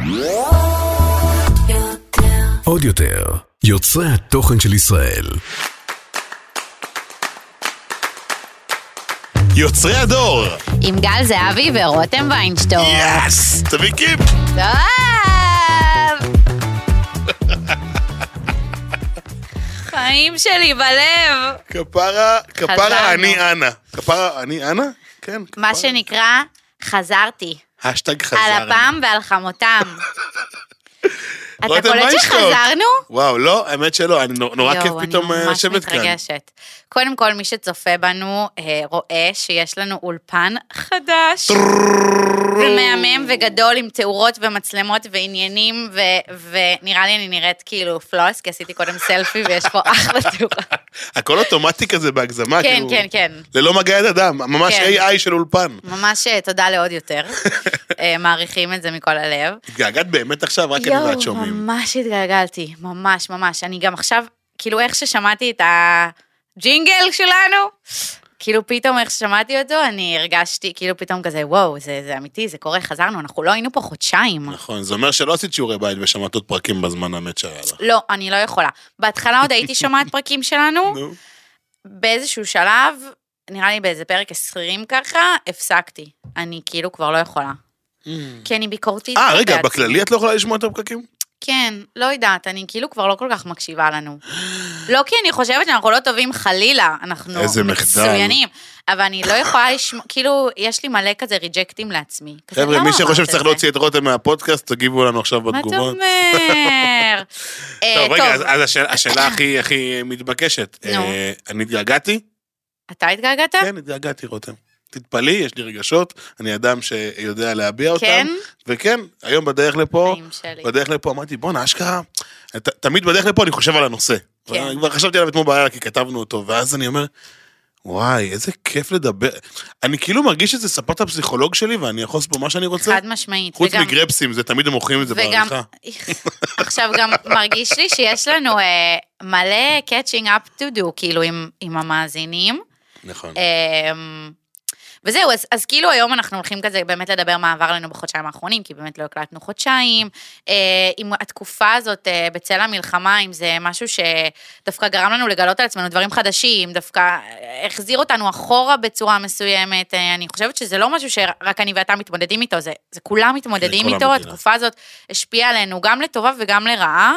עוד יותר, יוצרי התוכן של ישראל. יוצרי הדור עם גל זהבי ורותם ויינשטור. יס! תביא קיפ! טוב! חיים שלי בלב. כפרה אני אנה. כפרה אני אנה? כן. מה שנקרא, חזרתי. השטג חזרנו. על אפם ועל חמותם. אתה קולט שחזרנו? וואו, לא, האמת שלא, נורא כיף פתאום לשבת כאן. אני ממש מתרגשת. קודם כל, מי שצופה בנו רואה שיש לנו אולפן חדש, ומהמם וגדול עם תאורות ומצלמות ועניינים, ונראה לי אני נראית כאילו פלוס, כי עשיתי קודם סלפי ויש פה אחלה תאורה. הכל אוטומטי כזה בהגזמה, כן, כאילו. כן, כן. ללא מגע יד אדם, ממש AI של אולפן. ממש תודה לעוד יותר. מעריכים את זה מכל הלב. התגעגעת באמת עכשיו, רק אני ואת שומעים. ממש התגעגעתי, ממש ממש. אני גם עכשיו, כאילו איך ששמעתי את הג'ינגל שלנו, כאילו פתאום איך ששמעתי אותו, אני הרגשתי כאילו פתאום כזה, וואו, זה אמיתי, זה קורה, חזרנו, אנחנו לא היינו פה חודשיים. נכון, זה אומר שלא עשית שיעורי בית ושמעת עוד פרקים בזמן האמת שהיה לך. לא, אני לא יכולה. בהתחלה עוד הייתי שומעת פרקים שלנו, באיזשהו שלב, נראה לי באיזה פרק 20 ככה, הפסקתי. אני כאילו כבר לא יכולה. כי אני ביקורתית. רגע, בכללי את לא יכולה לשמוע את הפרקים? כן, לא יודעת, אני כאילו כבר לא כל כך מקשיבה לנו. לא כי אני חושבת שאנחנו לא טובים חלילה, אנחנו מצוינים, אבל אני לא יכולה לשמוע, כאילו, יש לי מלא כזה ריג'קטים לעצמי. חבר'ה, מי שחושב שצריך להוציא את רותם מהפודקאסט, תגיבו לנו עכשיו בתגובות. מה אתה אומר? טוב, רגע, אז השאלה הכי מתבקשת. אני התגעגעתי? אתה התגעגעת? כן, התגעגעתי, רותם. תתפלי, יש לי רגשות, אני אדם שיודע להביע אותם. כן? וכן, היום בדרך לפה, אמרתי, בוא נשכרה, תמיד בדרך לפה אני חושב על הנושא. כן. אני כבר חשבתי עליו אתמול בעיה, כי כתבנו אותו, ואז אני אומר, וואי, איזה כיף לדבר. אני כאילו מרגיש שזה ספת הפסיכולוג שלי, ואני יכול לעשות פה מה שאני רוצה. חד משמעית. חוץ מגרפסים, זה תמיד הם מוכרים את זה בעריכה. עכשיו גם מרגיש לי שיש לנו מלא catching up to do, כאילו עם המאזינים. נכון. וזהו, אז כאילו היום אנחנו הולכים כזה באמת לדבר מה עבר לנו בחודשיים האחרונים, כי באמת לא הקלטנו חודשיים, עם התקופה הזאת בצל המלחמה, אם זה משהו שדווקא גרם לנו לגלות על עצמנו דברים חדשים, דווקא החזיר אותנו אחורה בצורה מסוימת, אני חושבת שזה לא משהו שרק אני ואתה מתמודדים איתו, זה כולם מתמודדים איתו, התקופה הזאת השפיעה עלינו גם לטובה וגם לרעה,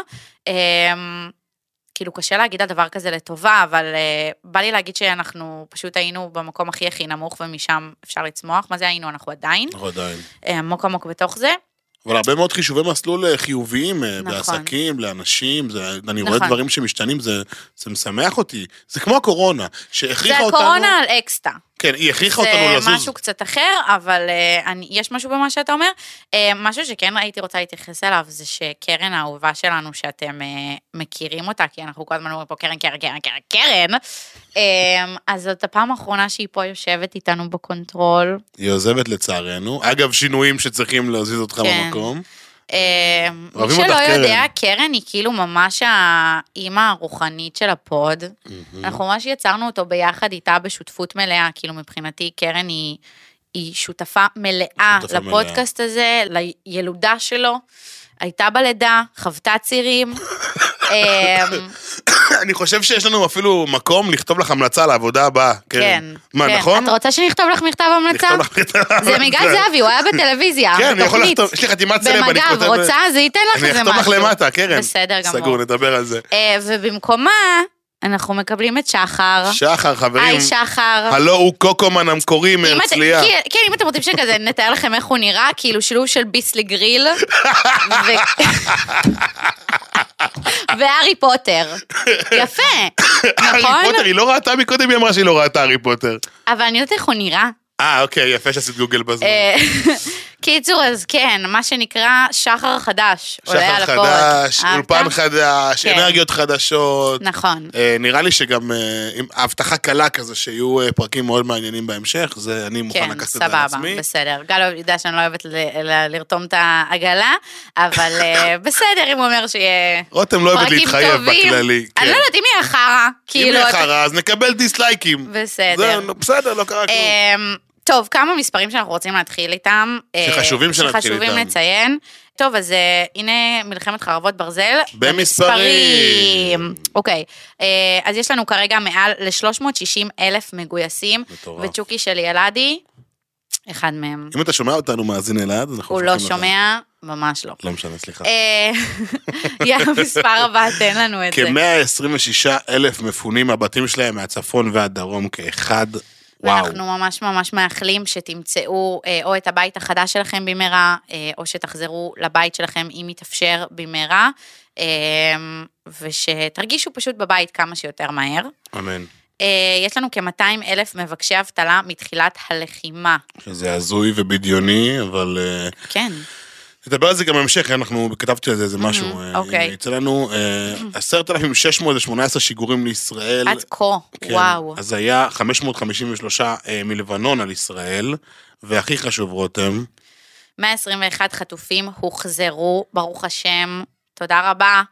כאילו קשה להגיד על דבר כזה לטובה, אבל בא לי להגיד שאנחנו פשוט היינו במקום הכי נמוך, ומשם אפשר לצמוח. מה זה היינו? אנחנו עדיין. עמוק בתוך זה. אבל הרבה מאוד חישובי מסלול חיוביים, בעסקים, לאנשים, אני רואה דברים שמשתנים, זה משמח אותי. זה כמו הקורונה, שהכריחה אותנו... זה הקורונה על אקסטה. כן, היא הכריחה אותנו לזוז. זה משהו קצת אחר, אבל יש משהו במה שאתה אומר. משהו שכן הייתי רוצה להתייחס אליו, זה שקרן האהובה שלנו, שאתם מכירים אותה, כי אנחנו כל הזמן אומרים פה קרן, אז זאת הפעם האחרונה שהיא פה יושבת איתנו בקונטרול. היא עוזבת לצערנו. אגב, שינויים שצריכים להזיז אותך במקום. מי שלא יודע, קרן היא כאילו ממש האימא הרוחנית של הפוד. אנחנו ממש יצרנו אותו ביחד איתה בשותפות מלאה, כאילו מבחינתי קרן היא שותפה מלאה לפודקאסט הזה, לילודה שלו, הייתה בלידה, חוותה צירים. אני חושב שיש לנו אפילו מקום לכתוב לך המלצה לעבודה הבאה. כן. מה, נכון? את רוצה שנכתוב לך מכתב המלצה? זה מגל זהבי, הוא היה בטלוויזיה. כן, אני יכול לכתוב, יש לי חתימת סלב. במגב, רוצה? זה ייתן לך איזה משהו. אני אכתוב לך למטה, קרן. בסדר גמור. סגור, נדבר על זה. ובמקומה, אנחנו מקבלים את שחר. שחר, חברים. היי, שחר. הלו, הוא קוקומן המקורי מהרצליה. כן, אם אתם רוצים שכזה, נתאר לכם איך הוא נראה, כאילו שילוב של ביסלי גריל. והארי פוטר. יפה, נכון? הארי פוטר, היא לא ראתה מקודם, היא אמרה שהיא לא ראתה הארי פוטר. אבל אני יודעת איך הוא נראה. אוקיי, יפה שעשית גוגל בזמן. קיצור, אז כן, מה שנקרא שחר חדש. שחר חדש, אולפן חדש, אנרגיות חדשות. נכון. נראה לי שגם עם הבטחה קלה כזה, שיהיו פרקים מאוד מעניינים בהמשך, זה אני מוכן לקחת את זה על עצמי. כן, סבבה, בסדר. גל יודע שאני לא אוהבת לרתום את העגלה, אבל בסדר, אם הוא אומר שיהיה רותם לא אוהבת להתחייב בכללי. אני לא יודעת, אם יהיה חרה, אם יהיה חרה, אז נקבל דיסלייקים. בסדר, לא קרה כלום. טוב, כמה מספרים שאנחנו רוצים להתחיל איתם. שחשובים לציין. טוב, אז הנה מלחמת חרבות ברזל. במספרים. אוקיי, אז יש לנו כרגע מעל ל-360,000 מגויסים, וצ'וקי שלי ילדי, אחד מהם. אם אתה שומע אותנו מאזין אלעד, אז אנחנו... הוא לא שומע, ממש לא. לא משנה, סליחה. המספר הבא, תן לנו את זה. כ-126,000 מפונים הבתים שלהם מהצפון והדרום כאחד. וואו. ואנחנו ממש ממש מאחלים שתמצאו או את הבית החדש שלכם במהרה, או שתחזרו לבית שלכם אם יתאפשר במהרה, ושתרגישו פשוט בבית כמה שיותר מהר. אמן. יש לנו כ-200,000 מבקשי אבטלה מתחילת הלחימה. שזה הזוי ובדיוני, אבל... כן. נדבר על זה גם בהמשך, אנחנו כתבתי על זה איזה משהו. אוקיי. יצא לנו 10,618 שיגורים לישראל. עד כה, וואו. אז היה 553 מלבנון על ישראל, והכי חשוב רותם. 121 חטופים הוחזרו, ברוך השם, תודה רבה.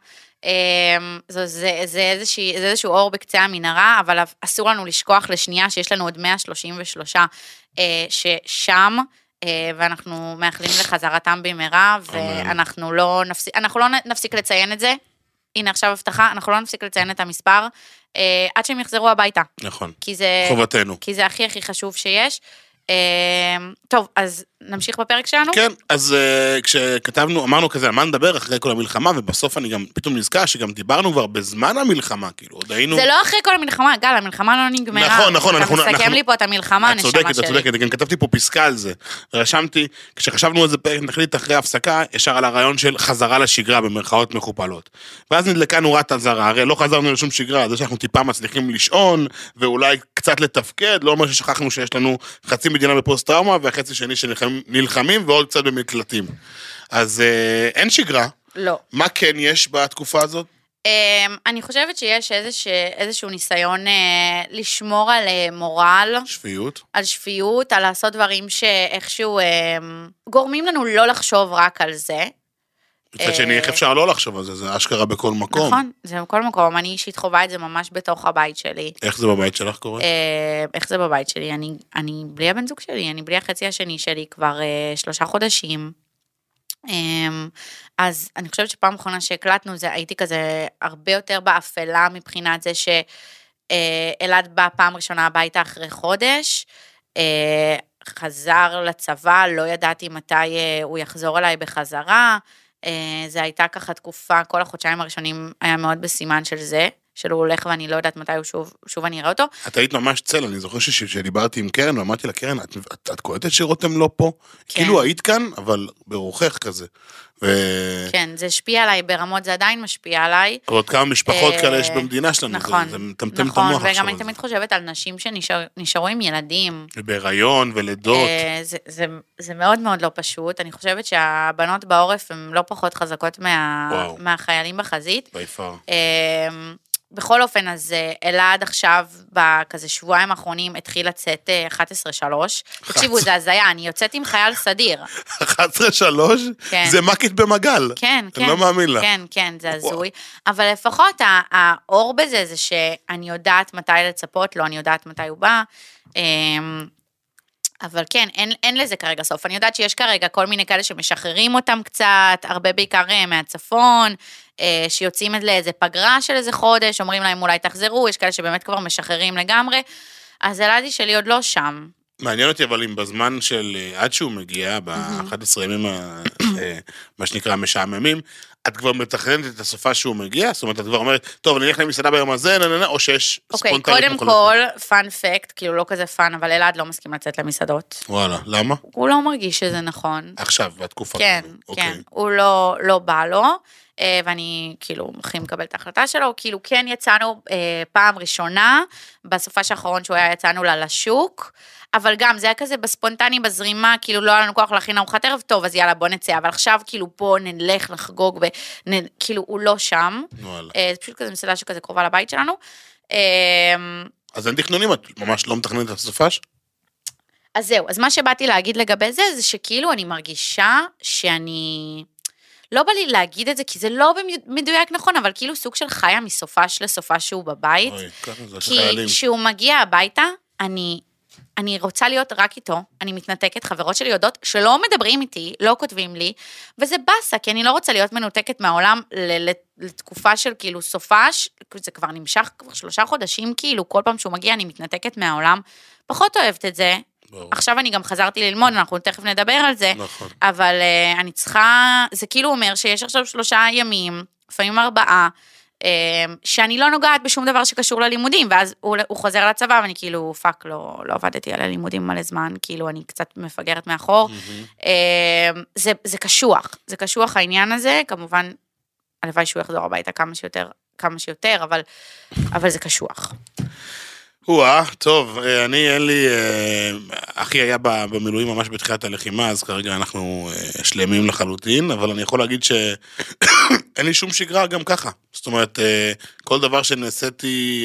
זה איזשהו אור בקצה המנהרה, אבל אסור לנו לשכוח לשנייה שיש לנו עוד 133 ששם, ואנחנו מאחלים לחזרתם במהרה, ואנחנו לא נפסיק לציין את זה. הנה עכשיו הבטחה, אנחנו לא נפסיק לציין את המספר, עד שהם יחזרו הביתה. נכון, חובתנו. כי זה הכי הכי חשוב שיש. טוב, אז נמשיך בפרק שלנו? כן, אז כשכתבנו, אמרנו כזה, על מה נדבר אחרי כל המלחמה, ובסוף אני גם פתאום נזכר שגם דיברנו כבר בזמן המלחמה, כאילו, עוד היינו... זה לא אחרי כל המלחמה, גל, המלחמה לא נגמרה. נכון. אתה מסכם לי פה את המלחמה, הנשמה שלי. את צודקת, גם כתבתי פה פסקה על זה. רשמתי, כשחשבנו על זה פרק, נחליט אחרי הפסקה, ישר על הרעיון של חזרה לשגרה במרכאות מכופלות. ואז נדלקה נורת הזרה, הרי לא חזרנו לשום שגרה, זה שאנחנו טיפה מצליחים לישון, ואולי קצת לתפקד, לא אומר ששכחנו שיש לנו חצי מדינה בפוסט-טראומה, והחצי שני שנלחמים ועוד קצת במקלטים. אז אין שגרה. לא. מה כן יש בתקופה הזאת? אני חושבת שיש איזשהו ניסיון לשמור על מורל. שפיות. על שפיות, על לעשות דברים שאיכשהו גורמים לנו לא לחשוב רק על זה. מצד שני, איך אפשר לא לחשוב על זה? זה אשכרה בכל מקום. נכון, זה בכל מקום. אני אישית חווה את זה ממש בתוך הבית שלי. איך זה בבית שלך קורה? איך זה בבית שלי? אני בלי הבן זוג שלי, אני בלי החצי השני שלי כבר 3 חודשים. אז אני חושבת שפעם אחרונה שהקלטנו, הייתי כזה הרבה יותר באפלה מבחינת זה שאלעד בא פעם ראשונה הביתה אחרי חודש, חזר לצבא, לא ידעתי מתי הוא יחזור אליי בחזרה, זה הייתה ככה תקופה, כל החודשיים הראשונים היה מאוד בסימן של זה, שלו הולך ואני לא יודעת מתי הוא שוב אני אראה אותו. את היית ממש צל, אני זוכר שדיברתי עם קרן, ואמרתי לה, קרן, את קולטת שרותם לא פה? כאילו היית כאן, אבל ברוחך כזה. כן, זה השפיע עליי, ברמות זה עדיין משפיע עליי. עוד כמה משפחות כאלה יש במדינה שלנו, זה מטמטם את המוח עכשיו. וגם אני תמיד חושבת על נשים שנשארו עם ילדים. בהיריון ולידות. זה מאוד מאוד לא פשוט, אני חושבת שהבנות בעורף הן לא פחות חזקות מהחיילים בחזית. ביפר. בכל אופן, אז אלעד עכשיו, בכזה שבועיים האחרונים, התחיל לצאת 11-3. תקשיבו, זה הזיה, אני יוצאת עם חייל סדיר. 11-3? כן. זה מקית במגל. כן, כן. אני לא מאמין לה. כן, זה הזוי. אבל לפחות האור בזה, זה שאני יודעת מתי לצפות לו, אני יודעת מתי הוא בא. אבל כן, אין לזה כרגע סוף. אני יודעת שיש כרגע כל מיני כאלה שמשחררים אותם קצת, הרבה בעיקר מהצפון, שיוצאים לאיזה פגרה של איזה חודש, אומרים להם אולי תחזרו, יש כאלה שבאמת כבר משחררים לגמרי, אז אלעדי שלי עוד לא שם. מעניין אותי, אבל אם בזמן של עד שהוא מגיע, ב-11 ימים, מה שנקרא משעממים, את כבר מתכננת את הסופה שהוא מגיע? זאת אומרת, את כבר אומרת, טוב, אני אלך למסעדה ביום הזה, או שיש ספונטנית. אוקיי, קודם כל, פאנ פקט, כאילו לא כזה פאנ, אבל אלעד לא מסכים לצאת למסעדות. וואלה, למה? הוא לא מרגיש שזה נכון. עכשיו, בתקופה כן, כן, הוא לא בא לו, ואני כאילו מתחילים לקבל את ההחלטה שלו, כאילו כן יצאנו פעם ראשונה, בסופה האחרון שהוא היה יצאנו לה לשוק, אבל גם זה היה כזה בספונטני, בזרימה, כאילו לא היה לנו כוח להכין ארוחת ערב, טוב, אז יאללה בוא נצא, אבל עכשיו כאילו בוא נלך לחגוג, כאילו הוא לא שם, זה פשוט כזה מסעדה שכזה קרובה לבית שלנו. אז אין תכנונים, את ממש לא מתכננת את הסופש? אז זהו, אז מה שבאתי להגיד לגבי זה, זה שכאילו אני מרגישה שאני... לא בא לי להגיד את זה, כי זה לא מדויק נכון, אבל כאילו סוג של חיה מסופש לסופש שהוא בבית. כי כשהוא מגיע הביתה, אני אני רוצה להיות רק איתו, אני מתנתקת, חברות שלי יודעות שלא מדברים איתי, לא כותבים לי, וזה בסה, כי אני לא רוצה להיות מנותקת מהעולם לתקופה של כאילו סופש, זה כבר נמשך כבר 3 חודשים, כאילו כל פעם שהוא מגיע אני מתנתקת מהעולם, פחות אוהבת את זה, עכשיו אני גם חזרתי ללמוד, אנחנו תכף נדבר על זה, אבל אני צריכה, זה כאילו אומר שיש עכשיו 3 ימים, לפעמים 4, שאני לא נוגעת בשום דבר שקשור ללימודים, ואז הוא חוזר לצבא, ואני כאילו, פאק, לא עבדתי על הלימודים מלא זמן, כאילו אני קצת מפגרת מאחור. זה קשוח העניין הזה, כמובן, הלוואי שהוא יחזור הביתה כמה שיותר, אבל זה קשוח. טוב, אין לי, אחי היה במילואים ממש בתחילת הלחימה, אז כרגע אנחנו שלמים לחלוטין, אבל אני יכול להגיד שאין לי שום שגרה גם ככה. זאת אומרת, כל דבר שניסיתי,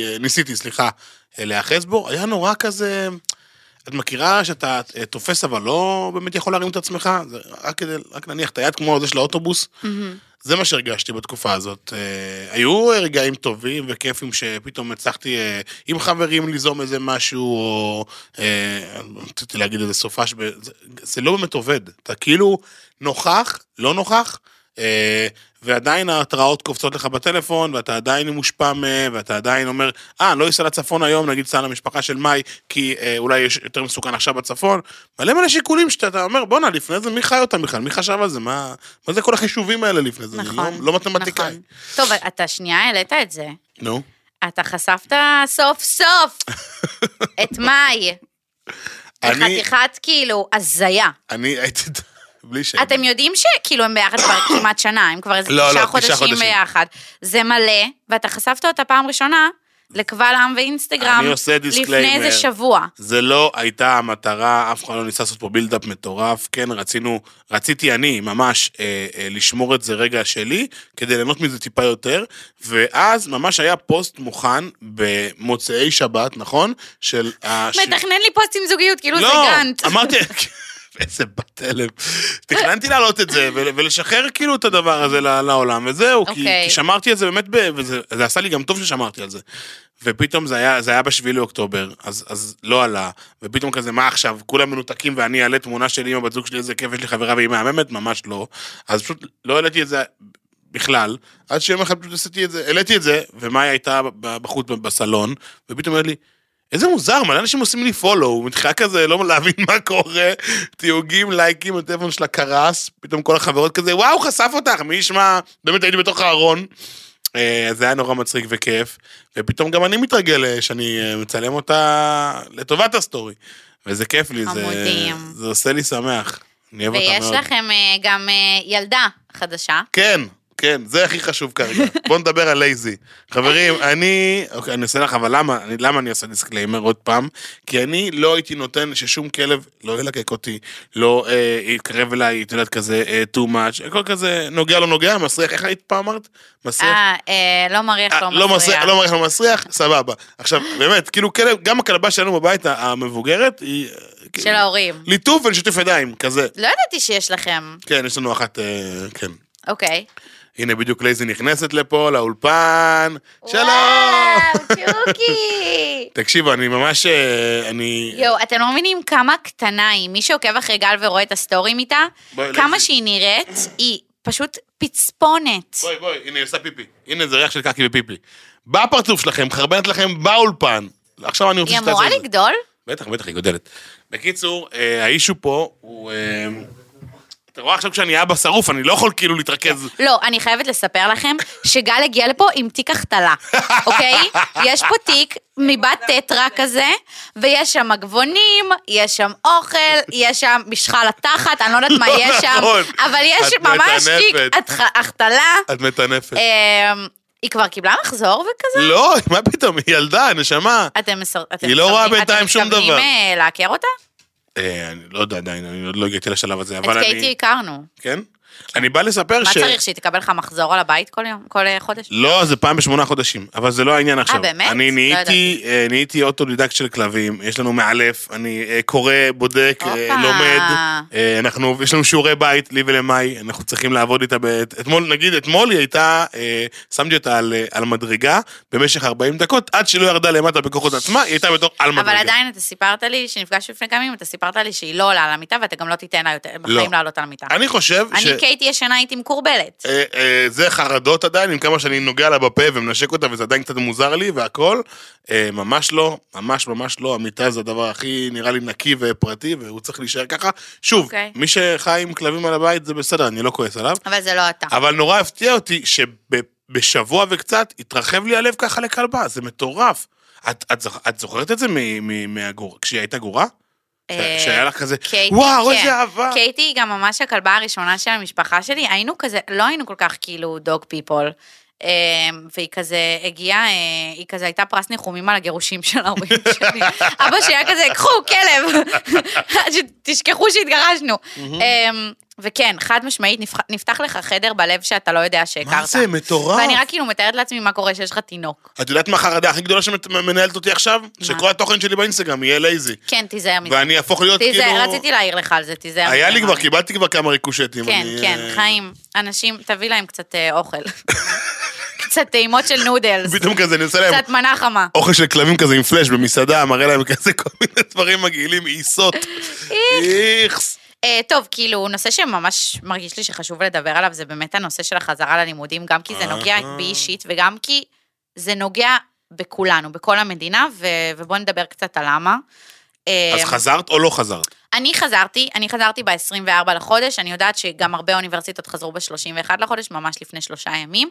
להיאחז בו, היה נורא כזה, את מכירה שאתה תופס אבל לא באמת יכול להרים את עצמך, זה רק נניח את היד כמו זה של האוטובוס, זה מה שהרגשתי בתקופה הזאת. היו רגעים טובים וכיפים שפתאום הצלחתי עם חברים ליזום איזה משהו, או רציתי להגיד איזה סופש, זה לא באמת עובד. אתה כאילו נוכח, לא נוכח, ועדיין ההתראות קופצות לך בטלפון, ואתה עדיין מושפע מהם, ואתה עדיין אומר, לא ייסע לצפון היום, נגיד סע למשפחה של מאי, כי אולי יש יותר מסוכן עכשיו בצפון, מלא שיקולים שאתה אומר, בוא'נה, לפני זה מי חי אותם בכלל? מי חשב על זה? מה זה כל החישובים האלה לפני זה? נכון. לא מתמטיקאי. נכון. טוב, אתה שנייה העלית את זה. נו. אתה חשפת סוף את מאי. חתיכת כאילו הזיה. אני הייתי... אתם יודעים שכאילו הם ביחד כבר כמעט שנה, הם כבר איזה 9 חודשים ביחד. זה מלא, ואתה חשפת אותה פעם ראשונה, לקבל עם ואינסטגרם, לפני איזה שבוע. זה לא הייתה המטרה, אף אחד לא ניסה לעשות פה בילדאפ מטורף, כן, רציתי אני ממש לשמור את זה רגע שלי, כדי ליהנות מזה טיפה יותר, ואז ממש היה פוסט מוכן במוצאי שבת, נכון? מתכנן לי פוסט עם זוגיות, כאילו זה גנט. לא, אמרתי... איזה בטלם. תכננתי להעלות את זה, ולשחרר כאילו את הדבר הזה לעולם, וזהו, כי שמרתי את זה באמת, וזה עשה לי גם טוב ששמרתי על זה. ופתאום זה היה ב7 לאוקטובר, אז לא עלה, ופתאום כזה, מה עכשיו, כולם מנותקים, ואני אעלה תמונה שלי עם הבת זוג שלי, איזה כיף, יש לי חברה והיא מהממת, ממש לא. אז פשוט לא העליתי את זה בכלל, עד שיום אחד פשוט העליתי את זה, ומאי הייתה בחוץ בסלון, ופתאום אמר לי, איזה מוזר, מלא אנשים עושים לי פולו, מתחילה כזה, לא להבין מה קורה, תיוגים, לייקים, הטלפון שלה קרס, פתאום כל החברות כזה, וואו, חשף אותך, מי ישמע, באמת הייתי בתוך הארון, זה היה נורא מצחיק וכיף, ופתאום גם אני מתרגל שאני מצלם אותה לטובת הסטורי, וזה כיף לי, זה עושה לי שמח, אני אוהב אותה מאוד. ויש לכם גם ילדה חדשה. כן, זה הכי חשוב כרגע. בואו נדבר על לייזי. חברים, אני עושה לך, אבל למה אני עושה דיסקליימר עוד פעם? כי אני לא הייתי נותן ששום כלב לא ילקק אותי, לא יתקרב אליי, אתה יודעת כזה, too much, הכל כזה נוגע לא נוגע, מסריח, איך היית פעם אמרת? מסריח? לא מריח לא מסריח. לא מריח לא מסריח, סבבה. עכשיו, באמת, כאילו כלב, גם הכלבה שלנו בבית המבוגרת, היא... של ההורים. ליטוף ולשתף ידיים, כזה. לא ידעתי שיש לכם. כן, יש לנו אחת, כן. אוקיי. הנה בדיוק לייזי נכנסת לפה, לאולפן. שלום! וואו, צ'וקי! תקשיבו, אני ממש... יו, אתם לא מבינים כמה קטנה היא. מי שעוקב אחרי גל ורואה את הסטורים איתה, כמה שהיא נראית, היא פשוט פצפונת. בואי, הנה, היא עושה פיפי. הנה, זה ריח של קקי ופיפי. בא הפרצוף שלכם, חרבנת לכם באולפן. עכשיו אני רוצה שתעשה את זה. היא אמורה לגדול? בטח, היא גודלת. בקיצור, האישו פה הוא... אתה רואה עכשיו כשאני אבא שרוף, אני לא יכול כאילו להתרכז. לא, אני חייבת לספר לכם שגל הגיע לפה עם תיק החתלה, אוקיי? יש פה תיק מבת טטרה כזה, ויש שם מגבונים, יש שם אוכל, יש שם משחל התחת, אני לא יודעת מה יש שם, אבל יש ממש תיק החתלה. את מטנפת. היא כבר קיבלה מחזור וכזה? לא, מה פתאום, היא ילדה, נשמה. היא לא רואה בינתיים שום דבר. אתם מתכוונים להכיר אותה? אני לא יודע עדיין, אני עוד לא הגעתי לשלב הזה, את קייטי הכרנו. כן? אני בא לספר מה צריך, שהיא תקבל לך מחזור על הבית כל יום, כל חודש? לא, זה פעם ב8 חודשים, אבל זה לא העניין עכשיו. באמת? אני נהייתי אוטודידקט של כלבים, יש לנו מאלף, אני קורא, בודק, לומד, יש לנו שיעורי בית, לי ולמאי, אנחנו צריכים לעבוד איתה, אתמול היא הייתה, שמתי אותה על מדרגה, במשך 40 דקות, עד שלא ירדה למטה בכוחות עצמה, היא הייתה בתור על מדרגה. אבל עדיין אתה סיפרת לי, שנפגש לפני כמה ימים, אתה סיפרת לי שהיא לא עולה על המיטה, ואתה גם לא תיתן לה יותר, בחיים לעלות על המיטה. אני חושב אני קייטי ישנה הייתי מקורבלת. זה חרדות עדיין, עם כמה שאני נוגע לה בפה ומנשק אותה, וזה עדיין קצת מוזר לי, והכל, ממש לא, ממש לא, המיטה זה הדבר הכי נראה לי נקי ופרטי, והוא צריך להישאר ככה. שוב, מי שחי עם כלבים על הבית זה בסדר, אני לא כועס עליו. אבל זה לא אתה. אבל נורא הפתיע אותי שבשבוע וקצת התרחב לי הלב ככה לכלבה, זה מטורף. את זוכרת את זה כשהיא הייתה גורה? שהיה לך כזה, וואו, איזה אהבה. קייטי היא גם ממש הכלבה הראשונה של המשפחה שלי, היינו כזה, לא היינו כל כך כאילו דוג פיפול, והיא כזה הגיעה, היא כזה הייתה פרס ניחומים על הגירושים של ההורים שלי. אבא שהיה כזה, קחו כלב, תשכחו שהתגרשנו. וכן, חד משמעית, נפתח לך חדר בלב שאתה לא יודע שהכרת. מה זה, מטורף. ואני רק כאילו מתארת לעצמי מה קורה שיש לך תינוק. את יודעת מה החרדה הכי גדולה שמנהלת אותי עכשיו? שכל התוכן שלי באינסטגרם יהיה לייזי. כן, תיזהר מזה. ואני אהפוך להיות כאילו... רציתי להעיר לך על זה, תיזהר. היה לי כבר, קיבלתי כבר כמה ריקושטים. כן, חיים, אנשים, תביא להם קצת אוכל. קצת טעימות של נודלס. פתאום כזה, אני עושה להם... קצת מנה חמה. אוכל של כלבים כזה עם פלאש במסעדה, מראה להם כזה כל מיני דברים מגעילים, עיסות. איכס. טוב, כאילו, נושא שממש מרגיש לי שחשוב לדבר עליו, זה באמת הנושא של החזרה ללימודים, גם כי זה נוגע בי אישית, וגם כי זה נוגע בכולנו, בכל המדינה, ובואו נדבר קצת על למה. אז חזרת או לא חזרת? אני חזרתי ב-24 לחודש, אני יודעת שגם הרבה אוניברסיטות חזרו ב-31 לחודש, ממש לפני 3 ימים.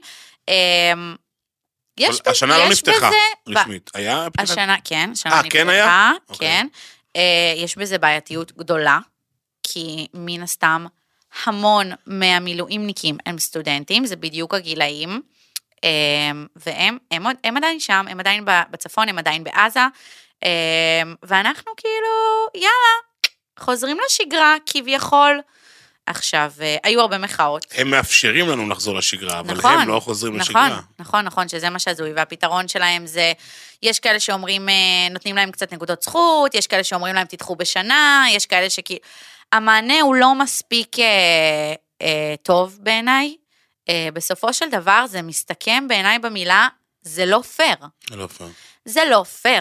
השנה לא נפתחה רשמית, היה פתיחת? השנה, כן, השנה נפתחה, כן היה? כן. יש בזה בעייתיות גדולה, כי מן הסתם המון מהמילואימניקים הם סטודנטים, זה בדיוק הגילאים, והם עדיין שם, הם עדיין בצפון, הם עדיין בעזה, ואנחנו כאילו, יאללה, חוזרים לשגרה כביכול. עכשיו, היו הרבה מחאות. הם מאפשרים לנו לחזור לשגרה, אבל הם לא חוזרים לשגרה. נכון, שזה מה שהזוי, והפתרון שלהם זה, יש כאלה שאומרים, נותנים להם קצת נקודות זכות, יש כאלה שאומרים להם תדחו בשנה, יש כאלה שכאילו, המענה הוא לא מספיק טוב בעיניי, בסופו של דבר זה מסתכם בעיניי במילה, זה לא פייר. זה לא פייר.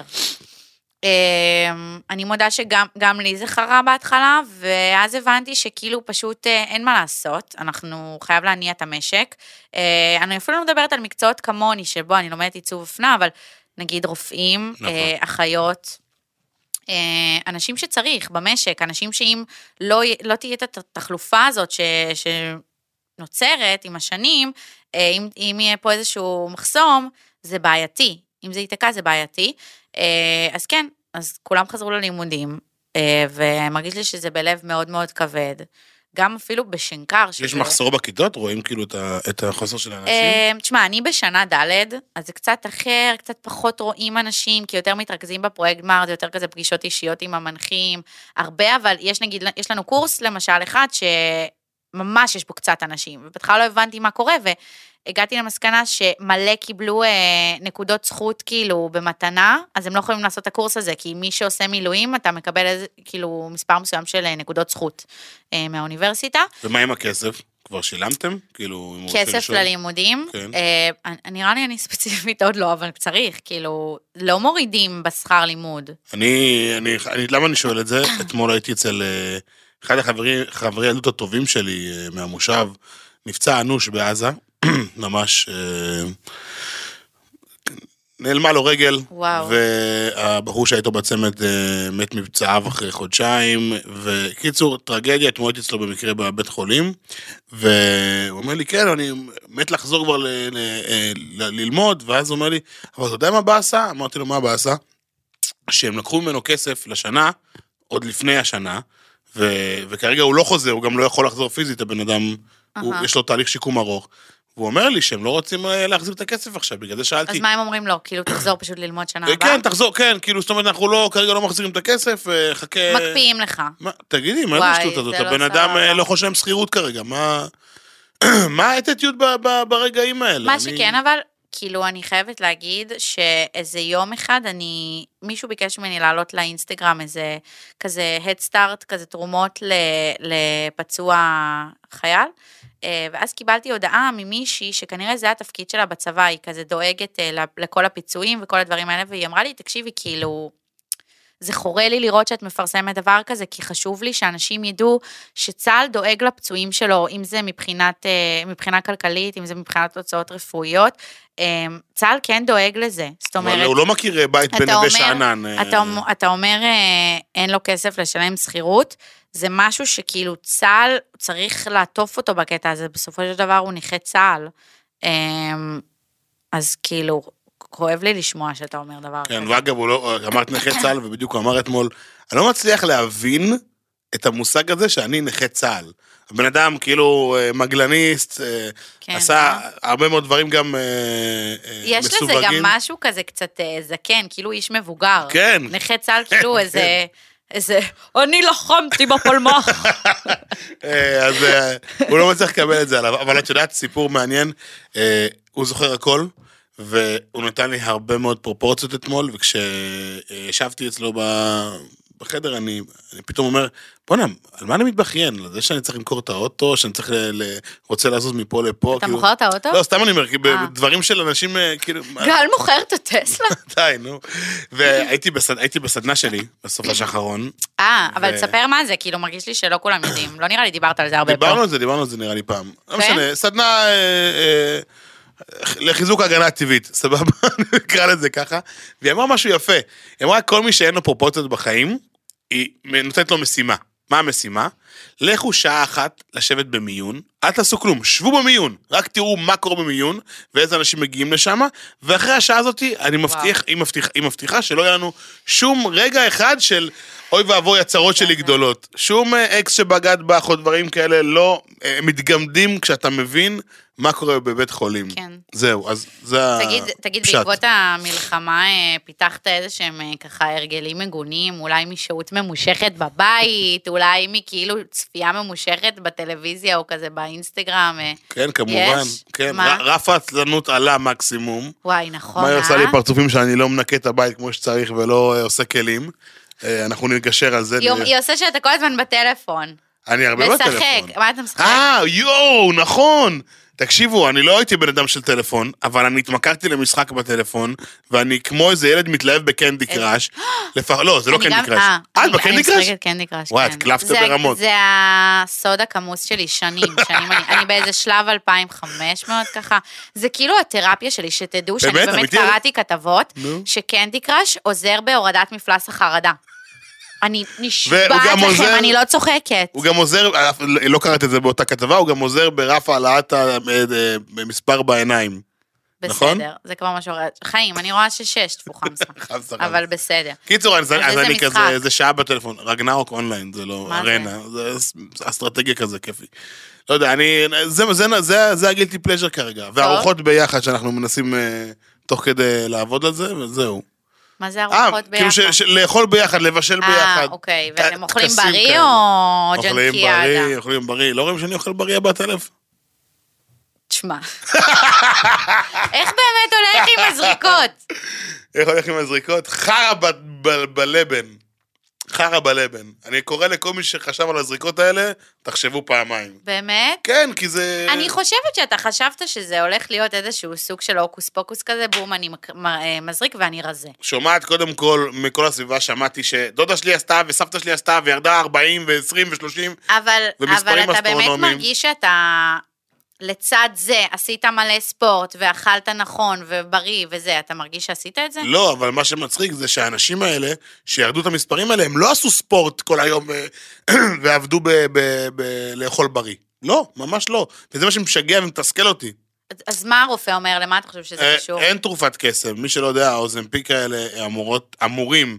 אני מודה שגם לי זה חרה בהתחלה, ואז הבנתי שכאילו פשוט אין מה לעשות, אנחנו חייב להניע את המשק, אני אפילו לא מדברת על מקצועות כמוני, שבו אני לומדת עיצוב אופנה, אבל נגיד רופאים, אחיות, אנשים שצריך במשק, אנשים שאם לא תהיה את התחלופה הזאת שנוצרת עם השנים, אם יהיה פה איזשהו מחסום, זה בעייתי, אם זה ייתקע זה בעייתי, אז כן, אז כולם חזרו ללימודים, ומרגיש לי שזה בלב מאוד מאוד כבד, גם אפילו בשנקר. יש מחסור בכיתות? רואים כאילו את החוסר של האנשים? תשמע, אני בשנה ד', אז זה קצת אחר, קצת פחות רואים אנשים, כי יותר מתרכזים בפרויקט גמר, זה יותר כזה פגישות אישיות עם המנחים, הרבה, אבל יש לנו קורס למשל אחד, שממש יש בו קצת אנשים, ובתחילה לא הבנתי מה קורה, הגעתי למסקנה שמלא קיבלו נקודות זכות כאילו במתנה, אז הם לא יכולים לעשות את הקורס הזה, כי מי שעושה מילואים, אתה מקבל כאילו מספר מסוים של נקודות זכות מהאוניברסיטה. ומה עם הכסף? כבר שילמתם? כאילו, כסף ללימודים? כן. נראה לי אני ספציפית עוד לא, אבל צריך, כאילו, לא מורידים בשכר לימוד. למה אני שואל את זה? אתמול הייתי אצל אחד החברי ילדות הטובים שלי מהמושב, נפצע אנוש בעזה, ממש נעלמה לו רגל, והבחור שהייתו בצמד מת מבצעיו אחרי חודשיים, וקיצור, טרגדיה, אתמול הייתי אצלו במקרה בבית חולים, והוא אומר לי, כן, אני מת לחזור כבר ללמוד, ואז הוא אומר לי, אבל אתה יודע מה בעשה? אמרתי לו, מה בעשה? שהם לקחו ממנו כסף לשנה, עוד לפני השנה, וכרגע הוא לא חוזר, הוא גם לא יכול לחזור פיזית, הבן אדם, יש לו תהליך שיקום ארוך, והוא אומר לי שהם לא רוצים להחזיר את הכסף עכשיו, בגלל זה שאלתי. אז מה הם אומרים לו? כאילו תחזור פשוט ללמוד שנה הבאה? כן, תחזור, כן, כאילו זאת אומרת, אנחנו כרגע לא מחזירים את הכסף, חכה... מקפיאים לך. תגידי, מה זה השטות הזאת? הבן אדם לא חושב שהם שכירות כרגע, מה... מה האטיטיוד ברגעים האלה? מה שכן, אבל, כאילו, אני חייבת להגיד שאיזה יום אחד מישהו ביקש ממני לעלות לאינסטגרם איזה כזה Head Start, כזה תרומות לפצוע חייל, ואז קיבלתי הודעה ממישהי שכנראה זה התפקיד שלה בצבא, היא כזה דואגת לכל הפיצויים וכל הדברים האלה, והיא אמרה לי, תקשיבי, כאילו, זה חורה לי לראות שאת מפרסמת דבר כזה, כי חשוב לי שאנשים ידעו שצה"ל דואג לפצועים שלו, אם זה מבחינה כלכלית, אם זה מבחינת הוצאות רפואיות, צה"ל כן דואג לזה. זאת אומרת... אבל הוא לא מכיר בית בנווה שאנן. אתה אומר, אין לו כסף לשלם שכירות, זה משהו שכאילו צה"ל צריך לעטוף אותו בקטע הזה, בסופו של דבר הוא נכה צה"ל, אז כאילו... כואב לי לשמוע שאתה אומר דבר כזה. כן, ואגב, הוא לא, אמרת נכה צה"ל, ובדיוק הוא אמר אתמול, אני לא מצליח להבין את המושג הזה שאני נכה צה"ל. הבן אדם כאילו מגלניסט, עשה הרבה מאוד דברים גם מסווגים. יש לזה גם משהו כזה קצת זקן, כאילו איש מבוגר. כן. נכה צה"ל כאילו איזה, אני לחמתי בפלמח. אז הוא לא מצליח לקבל את זה עליו, אבל את יודעת, סיפור מעניין, הוא זוכר הכל, והוא נתן לי הרבה מאוד פרופורציות אתמול, וכשישבתי אצלו בחדר, אני פתאום אומר, בוא'נה, על מה אני מתבכיין? לזה שאני צריך למכור את האוטו, שאני רוצה לזוז מפה לפה. אתה מוכר את האוטו? לא, סתם אני אומר, כי בדברים של אנשים, כאילו... גל מוכר את הטסלה? די, נו. והייתי בסדנה שלי, בסופש האחרון. אבל תספר מה זה, כאילו מרגיש לי שלא כולם יודעים. לא נראה לי דיברת על זה הרבה פה. דיברנו על זה נראה לי פעם. לא משנה, סדנה... לחיזוק ההגנה הטבעית, סבבה, אני אקרא לזה ככה, והיא אמרה משהו יפה, היא אמרה, כל מי שאין לו פרופורציות בחיים, היא נותנת לו משימה. מה המשימה? לכו שעה אחת לשבת במיון, אל תעשו כלום, שבו במיון, רק תראו מה קורה במיון, ואיזה אנשים מגיעים לשם, ואחרי השעה הזאת, היא מבטיחה שלא יהיה לנו שום רגע אחד של, אוי ועבוי הצרות שלי גדולות, שום אקס שבגד בך או דברים כאלה, לא מתגמדים כשאתה מבין מה קורה בבית חולים. כן. זהו, אז זה תגיד, בעקבות המלחמה פיתחת איזה שהם ככה הרגלים מגונים, אולי משהות ממושכת בבית, אולי מכאילו צפייה ממושכת בטלוויזיה או כזה באינסטגרם. כן, כמובן. כן, רף העצלנות עלה מקסימום. וואי, נכון. מה היא עושה לי פרצופים שאני לא מנקה את הבית כמו שצריך ולא עושה כלים. אנחנו נגשר על זה. היא עושה שאתה כל הזמן בטלפון. אני הרבה בטלפון. משחק, מה אתה משחק? יואו, נכון. תקשיבו, אני לא הייתי בן אדם של טלפון, אבל אני התמכרתי למשחק בטלפון, ואני כמו איזה ילד מתלהב בקנדי קראש. לא, זה לא קנדי קראש. בקנדי קראש? אני משחקת קנדי קראש, כן. וואי, את קלפת ברמות. זה הסוד הכמוס שלי, שנים. אני באיזה שלב 2500 ככה. זה כאילו התרפיה שלי, שתדעו שאני באמת קראתי כתבות, שקנדי קראש עוזר בהורדת מפלס החרדה. אני נשבעת לכם, אני לא צוחקת. הוא גם עוזר, לא קראת את זה באותה כתבה, הוא גם עוזר ברף העלאת המספר בעיניים. נכון? בסדר, זה כבר משהו חיים, אני רואה ש6 תפוחה משחק, אבל בסדר. קיצור, אז אני כזה, זה שעה בטלפון, רגנרוק אונליין, זה לא ארנה, זה אסטרטגיה כזה כיפי. לא יודע, זה הגילטי פלז'ר כרגע, והארוחות ביחד שאנחנו מנסים תוך כדי לעבוד על זה, וזהו. מה זה ארוחות ביחד? כאילו לאכול ביחד, לבשל ביחד. אוקיי, ואתם אוכלים בריא או ג'נקיאדה? אוכלים בריא, לא רואים שאני אוכל בריא בטלף? תשמע. איך באמת הולך עם הזריקות? איך הולך עם הזריקות? חרא בלבן. חרא בלבן. אני קורא לכל מי שחשב על הזריקות האלה, תחשבו פעמיים. באמת? כן, כי זה... אני חושבת שאתה חשבת שזה הולך להיות איזשהו סוג של אוקוס פוקוס כזה, בום, אני מזריק ואני רזה. שומעת קודם כל, מכל הסביבה שמעתי שדודה שלי עשתה וסבתא שלי עשתה, וירדה 40 ו-20 ו-30 אבל אתה באמת מרגיש שאתה... לצד זה, עשית מלא ספורט, ואכלת נכון, ובריא, וזה, אתה מרגיש שעשית את זה? לא, אבל מה שמצחיק זה שהאנשים האלה, שירדו את המספרים האלה, הם לא עשו ספורט כל היום, ועבדו לאכול בריא. לא, ממש לא. וזה מה שמשגע ומתסכל אותי. אז מה הרופא אומר? למה אתה חושב שזה קשור? אין תרופת קסם. מי שלא יודע, האוזנפיק האלה אמורים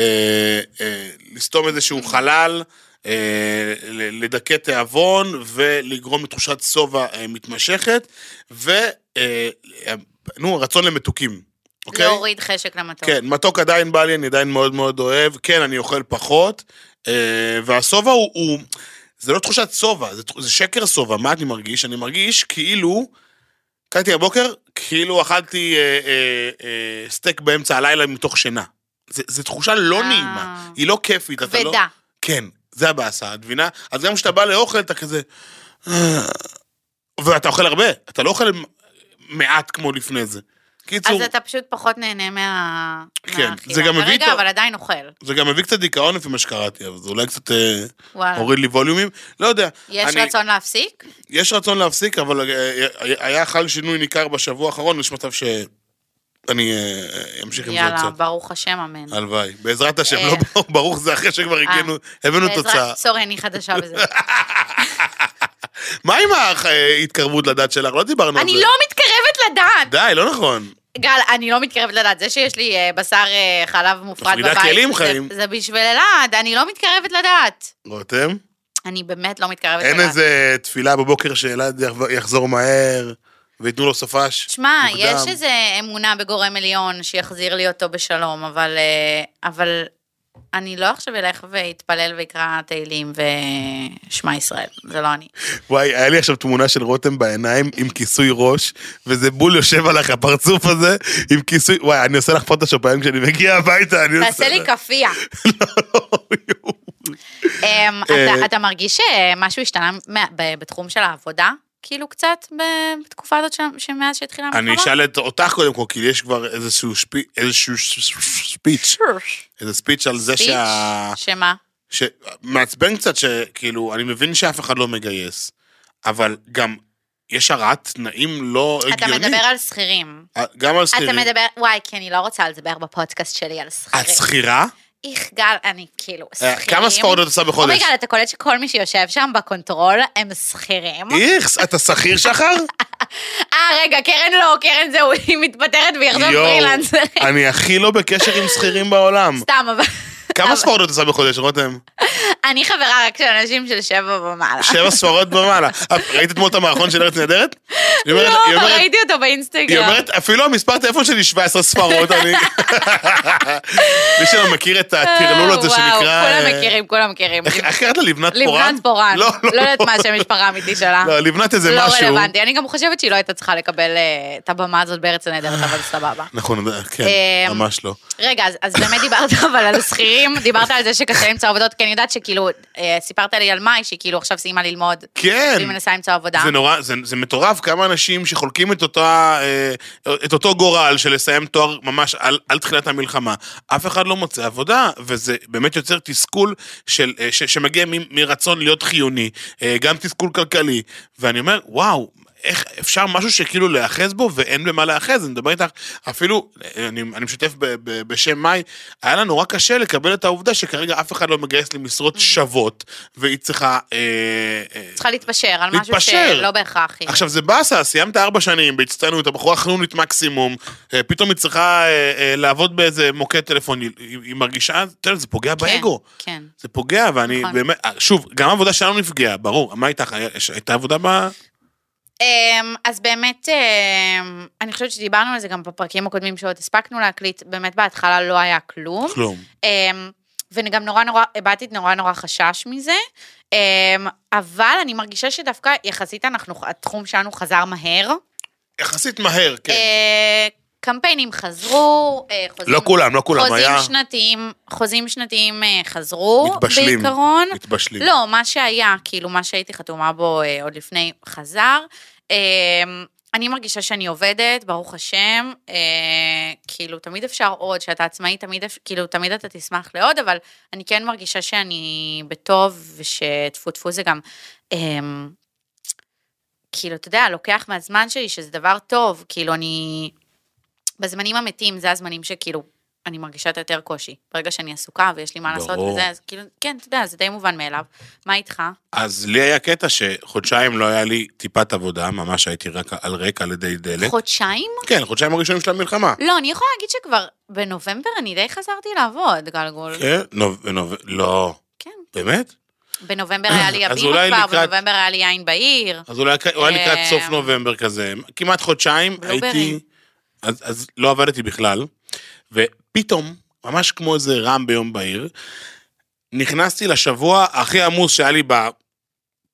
לסתום איזשהו חלל, לדכא תיאבון ולגרום לתחושת סובה מתמשכת רצון למתוקים. להוריד חשק למתוק. כן, מתוק עדיין בא לי, אני עדיין מאוד מאוד אוהב, כן, אני אוכל פחות, והסובה זה לא תחושת סובה, זה שקר סובה. מה אני מרגיש? אני מרגיש כאילו, קלתי הבוקר, כאילו אכלתי סטייק באמצע הלילה מתוך שינה. זו תחושה לא נעימה, היא לא כיפית. כבדה. כן, זה הבאסה, את מבינה? אז גם כשאתה בא לאוכל, אתה כזה... ואתה אוכל הרבה, אתה לא אוכל מעט כמו לפני זה. קיצור... אז אתה פשוט פחות נהנה כן, זה גם מביא... כרגע, אבל עדיין אוכל. זה גם מביא קצת דיכאון לפי מה שקראתי, אבל זה אולי קצת הוריד לי ווליומים. לא יודע. יש רצון להפסיק? יש רצון להפסיק, אבל היה חל שינוי ניכר בשבוע האחרון, יש מצב שאני אמשיך עם זה יאללה, קצת. ברוך השם, אמן. הלוואי. בעזרת השם, לא ברוך זה אחרי שכבר הבאנו תוצאה. סורי, אני חדשה בזה. מה עם ההתקרבות לדת שלך? לא דיברנו על זה. אני לא מתקרבת לדת. די, לא נכון. גל, אני לא מתקרבת לדת. זה שיש לי בשר חלב מופרד בבית, כלים חיים. זה בשביל אלעד, אני לא מתקרבת לדת. רותם? אני באמת לא מתקרבת לדת. אין איזה תפילה בבוקר שאלעד יחזור מהר, ויתנו לו סופש? תשמע, יש איזה אמונה בגורם עליון שיחזיר לי אותו בשלום, אבל אני לא עכשיו אלך ויתפלל ויקרא תהילים ושמע ישראל, זה לא אני. וואי, היה לי עכשיו תמונה של רותם בעיניים עם כיסוי ראש, וזה בול יושב עליך, הפרצוף הזה, עם כיסוי, וואי, אני עושה לך פוטושופ היום כשאני מגיע הביתה, תעשה לי כפייה. אתה מרגיש שמשהו השתנה בתחום של העבודה? כאילו קצת בתקופה הזאת שמאז שהתחילה המלחמה? אני אשאל אותך קודם כל, כי יש כבר איזשהו ספיץ', איזה ספיץ' על זה שמה? מעצבן קצת שכאילו, אני מבין שאף אחד לא מגייס, אבל גם יש הרעת תנאים לא הגיוני. אתה מדבר על שכירים. גם על שכירים. אתה מדבר, וואי, כי אני לא רוצה לדבר בפודקאסט שלי על שכירים. את שכירה? איך גל, אני כאילו, שכירים. כמה ספרות את עושה בחודש? אומייגל, אתה קולט שכל מי שיושב שם בקונטרול הם שכירים. איך, אתה שכיר שחר? רגע, קרן לא, קרן זהו, היא מתפטרת ויחזור פרילנס. אני הכי לא בקשר עם שכירים בעולם. סתם, אבל... כמה ספרות את עושה בחודש, רותם? אני חברה רק של אנשים של 7 ומעלה. 7 ספרות במעלה. ראית אתמול את המערכון של ארץ נהדרת? לא, ראיתי אותו באינסטגרם. היא אומרת, אפילו המספר טלפון שלי 17 ספרות. מי שלא מכיר את הטרלול הזה שנקרא... כולם מכירים. איך קראת לה? לבנת פורן? לבנת פורן. לא יודעת מה השם משפחה האמיתי שלה. לא, לבנת איזה משהו. לא רלוונטי. אני גם חושבת שהיא לא הייתה צריכה לקבל את הבמה הזאת בארץ הנהדרת, אבל סבבה. נכון, כן, ממש לא. רגע, אז באמת דיברת אבל על השכירים, דיברת על זה שקשה למצוא עבודות, כי אני יודעת שכאילו, סיפרת לי על מאי, שהיא כאילו עכשיו סיימה ללמוד, כן. והיא מנסה למצוא עבודה. זה נורא, זה מטורף, כמה אנשים שחולקים את אותו גורל של לסיים תואר ממש על תחילת המלחמה. אף אחד לא מוצא עבודה, וזה באמת יוצר תסכול שמגיע מרצון להיות חיוני, גם תסכול כלכלי, ואני אומר, וואו, איך אפשר משהו שכאילו להאחז בו, ואין במה להאחז, אני מדבר איתך, אפילו, אני משתף בשם מאי, היה לנו נורא קשה לקבל את העובדה שכרגע אף אחד לא מגייס למשרות שוות, והיא צריכה... צריכה להתפשר על משהו שלא בהכרח. עכשיו זה באסה, סיימת 4 שנים, בהצטיינות, הבחורה חנונית מקסימום, פתאום היא צריכה לעבוד באיזה מוקד טלפוני, היא מרגישה, זה פוגע באגו. כן. זה פוגע, ואני באמת, שוב, גם העבודה שלנו נפגעה, ברור, מה איתך? הייתה עבודה אז באמת, אני חושבת שדיברנו על זה גם בפרקים הקודמים שעוד הספקנו להקליט, באמת בהתחלה לא היה כלום. וגם הבאתי נורא חשש מזה, אבל אני מרגישה שדווקא יחסית התחום שלנו חזר מהר. יחסית מהר, כן. קמפיינים חזרו, לא כולם, חוזים שנתיים חזרו בעיקרון. מתבשלים. לא, מה שהיה, כאילו מה שהייתי חתומה בו עוד לפני חזר. אני מרגישה שאני עובדת, ברוך השם, כאילו תמיד אפשר עוד, שאתה עצמאי, תמיד אתה תשמח לעוד, אבל אני כן מרגישה שאני בטוב, ושטפו זה גם, כאילו אתה יודע, לוקח מהזמן שלי שזה דבר טוב, כאילו אני... בזמנים המתים, זה הזמנים שכאילו, אני מרגישה יותר קושי. ברגע שאני עסוקה ויש לי מה לעשות וזה, אז כאילו, כן, אתה יודע, זה די מובן מאליו. מה איתך? אז לי היה קטע שחודשיים לא היה לי טיפת עבודה, ממש הייתי רק על רקע על ידי דלת. חודשיים? כן, חודשיים הראשונים של המלחמה. לא, אני יכולה להגיד שכבר בנובמבר אני די חזרתי לעבוד, גלגול. כן? לא. כן. באמת? בנובמבר היה לי הבימה כבר, בנובמבר היה לי יין בעיר. אז אולי לקראת סוף נובמבר כזה. כמעט חודשיים הייתי... אז לא עבדתי בכלל, ופתאום, ממש כמו איזה רם ביום בהיר, נכנסתי לשבוע הכי עמוס שהיה לי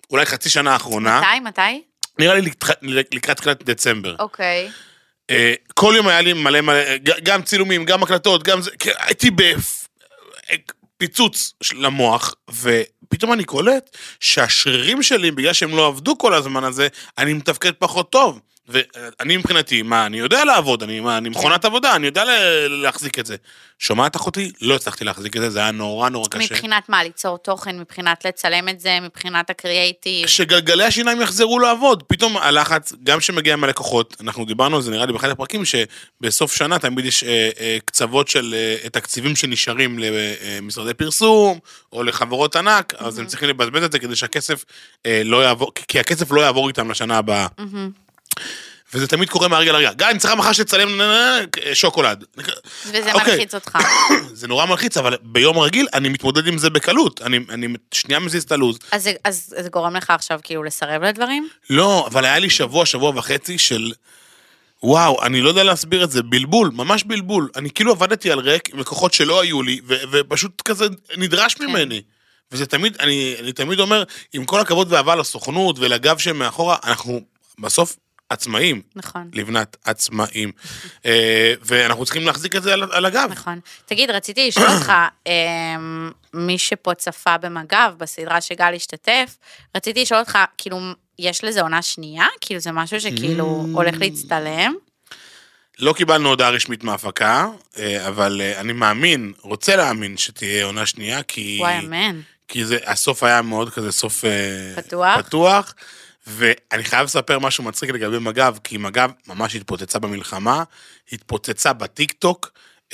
אולי חצי שנה האחרונה. מתי? נראה לי לקראת תחילת דצמבר. אוקיי. כל יום היה לי מלא, גם צילומים, גם הקלטות, גם זה, הייתי בפיצוץ למוח, ופתאום אני קולט שהשרירים שלי, בגלל שהם לא עבדו כל הזמן הזה, אני מתפקד פחות טוב. ואני מבחינתי, אני יודע לעבוד, אני מכונת עבודה, אני יודע להחזיק את זה. שומעת אחותי? לא הצלחתי להחזיק את זה, זה היה נורא קשה. מבחינת מה? ליצור תוכן, מבחינת לצלם את זה, מבחינת הקריאייטיב. שגלגלי השיניים יחזרו לעבוד, פתאום הלחץ, גם שמגיע מהלקוחות, אנחנו דיברנו על זה נראה לי באחד הפרקים, שבסוף שנה תמיד יש קצוות של תקציבים שנשארים למשרדי פרסום, או לחברות ענק, אז הם צריכים לבזבז את זה כדי שהכסף לא יעבור, כי הכסף לא יעבור איתם לשנה הבאה. וזה תמיד קורה מהרגע לרגע. גיא, אני צריכה מחר שתצלם שוקולד. וזה מלחיץ אותך. זה נורא מלחיץ, אבל ביום רגיל אני מתמודד עם זה בקלות. אני שנייה מזיז את הלוז. אז זה גורם לך עכשיו כאילו לסרב לדברים? לא, אבל היה לי שבוע וחצי של... וואו, אני לא יודע להסביר את זה. בלבול, ממש בלבול. אני כאילו עבדתי על ריק עם לקוחות שלא היו לי, ופשוט כזה נדרש ממני. וזה תמיד, אני תמיד אומר, עם כל הכבוד ואהבה לסוכנות ולגב שמאחורה, אנחנו בסוף עצמאים. נכון. לבנת עצמאים. ואנחנו צריכים להחזיק את זה על הגב. נכון. תגיד, רציתי לשאול אותך, מי שפה צפה במגב, בסדרה שגל השתתף, רציתי לשאול אותך, כאילו, יש לזה עונה שנייה? כאילו, זה משהו שכאילו הולך להצטלם? לא קיבלנו הודעה רשמית מהפקה, אבל אני רוצה להאמין שתהיה עונה שנייה, כי... וואי, אמן. כי הסוף היה מאוד כזה סוף... פתוח. ואני חייב לספר משהו מצחיק לגבי מגב, כי מגב ממש התפוצצה במלחמה, התפוצצה בטיק-טוק,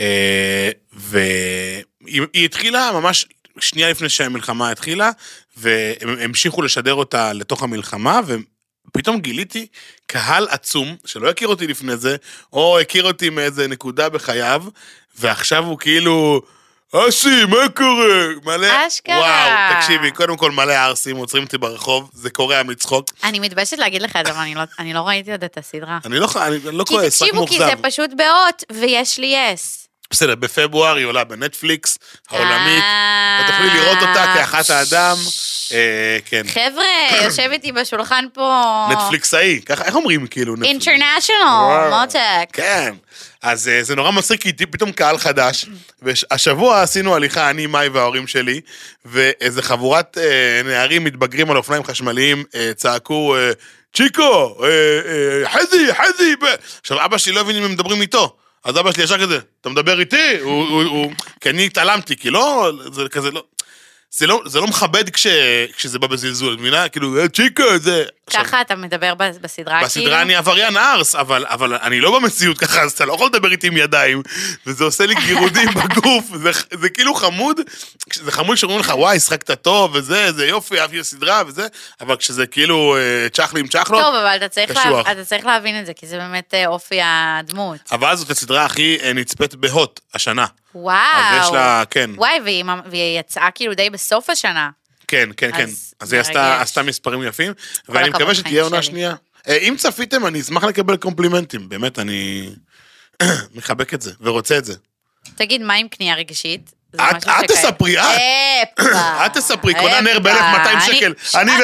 והיא התחילה ממש שנייה לפני שהמלחמה התחילה, והם המשיכו לשדר אותה לתוך המלחמה, ופתאום גיליתי קהל עצום, שלא הכיר אותי לפני זה, או הכיר אותי מאיזה נקודה בחייו, ועכשיו הוא כאילו... אסי, מה קורה? מלא... אשכרה. וואו, תקשיבי, קודם כל מלא ארסים, עוצרים אותי ברחוב, זה קורה מצחוק. אני מתביישת להגיד לך את זה, אבל אני לא ראיתי עוד את הסדרה. אני לא כועס, רק תקשיבו, כי זה פשוט באות, ויש לי יס. בסדר, בפברואר היא עולה בנטפליקס, העולמית, ותוכלי לראות אותה כאחת האדם, כן. חבר'ה, יושב איתי בשולחן פה... נטפליקסאי, ככה, איך אומרים כאילו? אינטרנשיונל, מותק. כן. אז זה נורא מצחיק, כי פתאום קהל חדש, והשבוע עשינו הליכה, אני, מאי וההורים שלי, ואיזה חבורת נערים מתבגרים על אופניים חשמליים, צעקו, צ'יקו, חזי, עכשיו אבא שלי לא הבין אם הם מדברים איתו, אז אבא שלי ישר כזה, אתה מדבר איתי? כי אני התעלמתי, כי לא, זה כזה לא... זה לא מכבד כשזה בא בזלזול, מבינה? כאילו, צ'יקה, זה... ככה אתה מדבר בסדרה, כאילו? בסדרה אני עבריין ארס, אבל אני לא במציאות ככה, אז אתה לא יכול לדבר איתי עם ידיים, וזה עושה לי גירודים בגוף, זה כאילו חמוד, זה חמוד שאומרים לך, וואי, שחקת טוב, וזה, זה יופי, אהבתי הסדרה, וזה, אבל כשזה כאילו צ'חלי עם צ'חלות, טוב, אבל אתה צריך להבין את זה, כי זה באמת אופי הדמות. אבל זאת הסדרה הכי נצפית בהוט השנה. וואו. אז יש לה, כן. וואי, והיא יצאה כאילו די בסוף השנה. כן. אז היא עשתה מספרים יפים, ואני מקווה שתהיה עונה שנייה. אם צפיתם, אני אשמח לקבל קומפלימנטים. באמת, אני מחבק את זה, ורוצה את זה. תגיד, מה עם קנייה רגשית? את תספרי, את תספרי, קונה נר ב-1,200 שקל.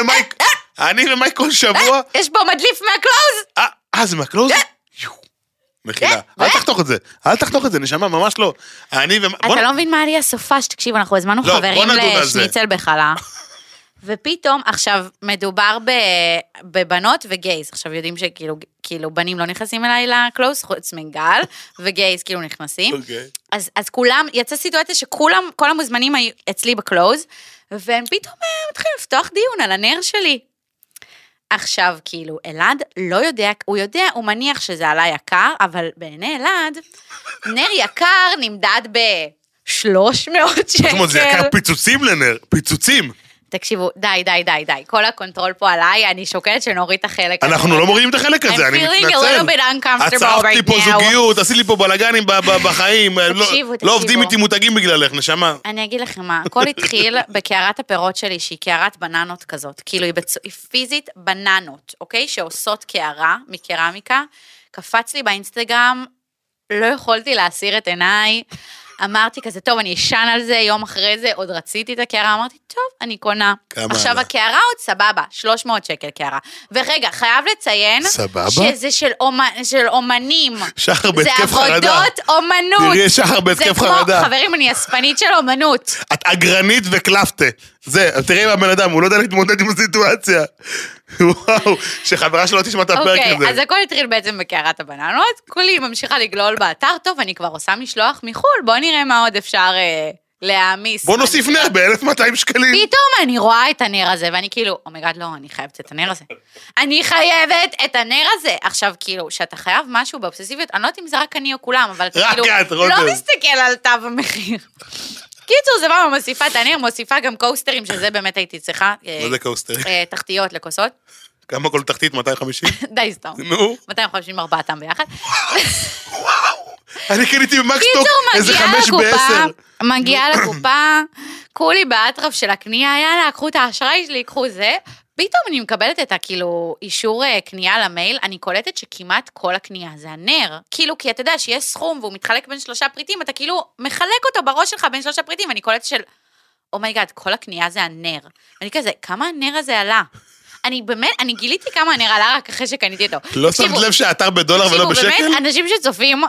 אני ומייק כל שבוע. יש פה מדליף מהקלוז. זה מהקלוז? מחילה, אל תחתוך את זה, נשמע, ממש לא. אתה לא מבין מה לי הסופה, שתקשיב, אנחנו הזמנו חברים לשניצל בחלה, ופתאום, עכשיו, מדובר בבנות וגייז, עכשיו יודעים שכאילו בנים לא נכנסים אליי לקלוז, חוץ מגל, וגייז כאילו נכנסים, אז כולם, יצא סיטואציה שכולם, כל המוזמנים היו אצלי בקלוז, והם פתאום מתחילים לפתוח דיון על הנר שלי. עכשיו, כאילו, אלעד לא יודע, הוא מניח שזה עלה יקר, אבל בעיני אלעד, נר יקר נמדד ב-300 שקל. זה יקר פיצוצים לנר, פיצוצים. תקשיבו, די, כל הקונטרול פה עליי, אני שוקלת שנוריד את החלק הזה. אנחנו לא מורידים את החלק הזה, אני מתנצל. עצרתי פה זוגיות, עשי לי פה בלגנים בחיים, לא עובדים איתי מותגים בגללך, נשמה. אני אגיד לכם מה, הכל התחיל בקערת הפירות שלי, שהיא קערת בננות כזאת, כאילו היא פיזית בננות, אוקיי? שעושות קערה מקרמיקה, קפץ לי באינסטגרם, לא יכולתי להסיר את עיניי, אמרתי כזה, טוב, אני אשן על זה, יום אחרי זה, עוד רציתי את הקערה, אמרתי, טוב, אני קונה. עכשיו הקערה עוד סבבה, 300 שקל קערה. ורגע, חייב לציין, שזה של אומנים. שחר בהתקף חרדה. זה עבודות אומנות. תראי, שחר בהתקף חרדה. חברים, אני אספנית של אומנות. את אגרנית וקלפתה. זה, תראי עם הבן אדם, הוא לא יודע להתמודד עם הסיטואציה. וואו, שחברה שלו תשמע את הפרק הזה. אוקיי, אז הכל התחיל בעצם בקערת הבננות, כולי ממשיכה לגלול באתר, טוב, אני כבר עושה משלוח מחול, בוא נראה מה עוד אפשר להעמיס. בוא נוסיף נר ב-1,200 שקלים. פתאום אני רואה את הנר הזה, ואני כאילו, אומייגד, לא, אני חייבת את הנר הזה. אני חייבת את הנר הזה. עכשיו, כאילו, שאתה חייב משהו באובססיביות, אני לא יודעת אם זה רק אני או כולם, אבל כאילו, לא מסתכל על תו המחיר. קיצור, זה בא מוסיפה תניר, מוסיפה גם קוסטרים, שזה באמת הייתי צריכה. מה זה קוסטרים? תחתיות לכוסות. כמה כל תחתית? 250? די סתם. נו. 250 ארבעתם ביחד. וואו. אני קניתי במקסטוק איזה 5 ב-10. מגיעה לקופה, כולי באטרף של הקנייה, יאללה, קחו את האשראי שלי, קחו זה. פתאום אני מקבלת את כאילו אישור קנייה למייל, אני קולטת שכמעט כל הקנייה זה הנר. כאילו, כי אתה יודע שיש סכום והוא מתחלק בין 3 פריטים, אתה כאילו מחלק אותו בראש שלך בין 3 פריטים, ואני קולטת של, אומייגד, כל הקנייה זה הנר. ואני כזה, כמה הנר הזה עלה? אני באמת, אני גיליתי כמה הנר עלה רק אחרי שקניתי אותו. לא שמת לב שהאתר בדולר ולא בשקל? באמת, אנשים שצופים,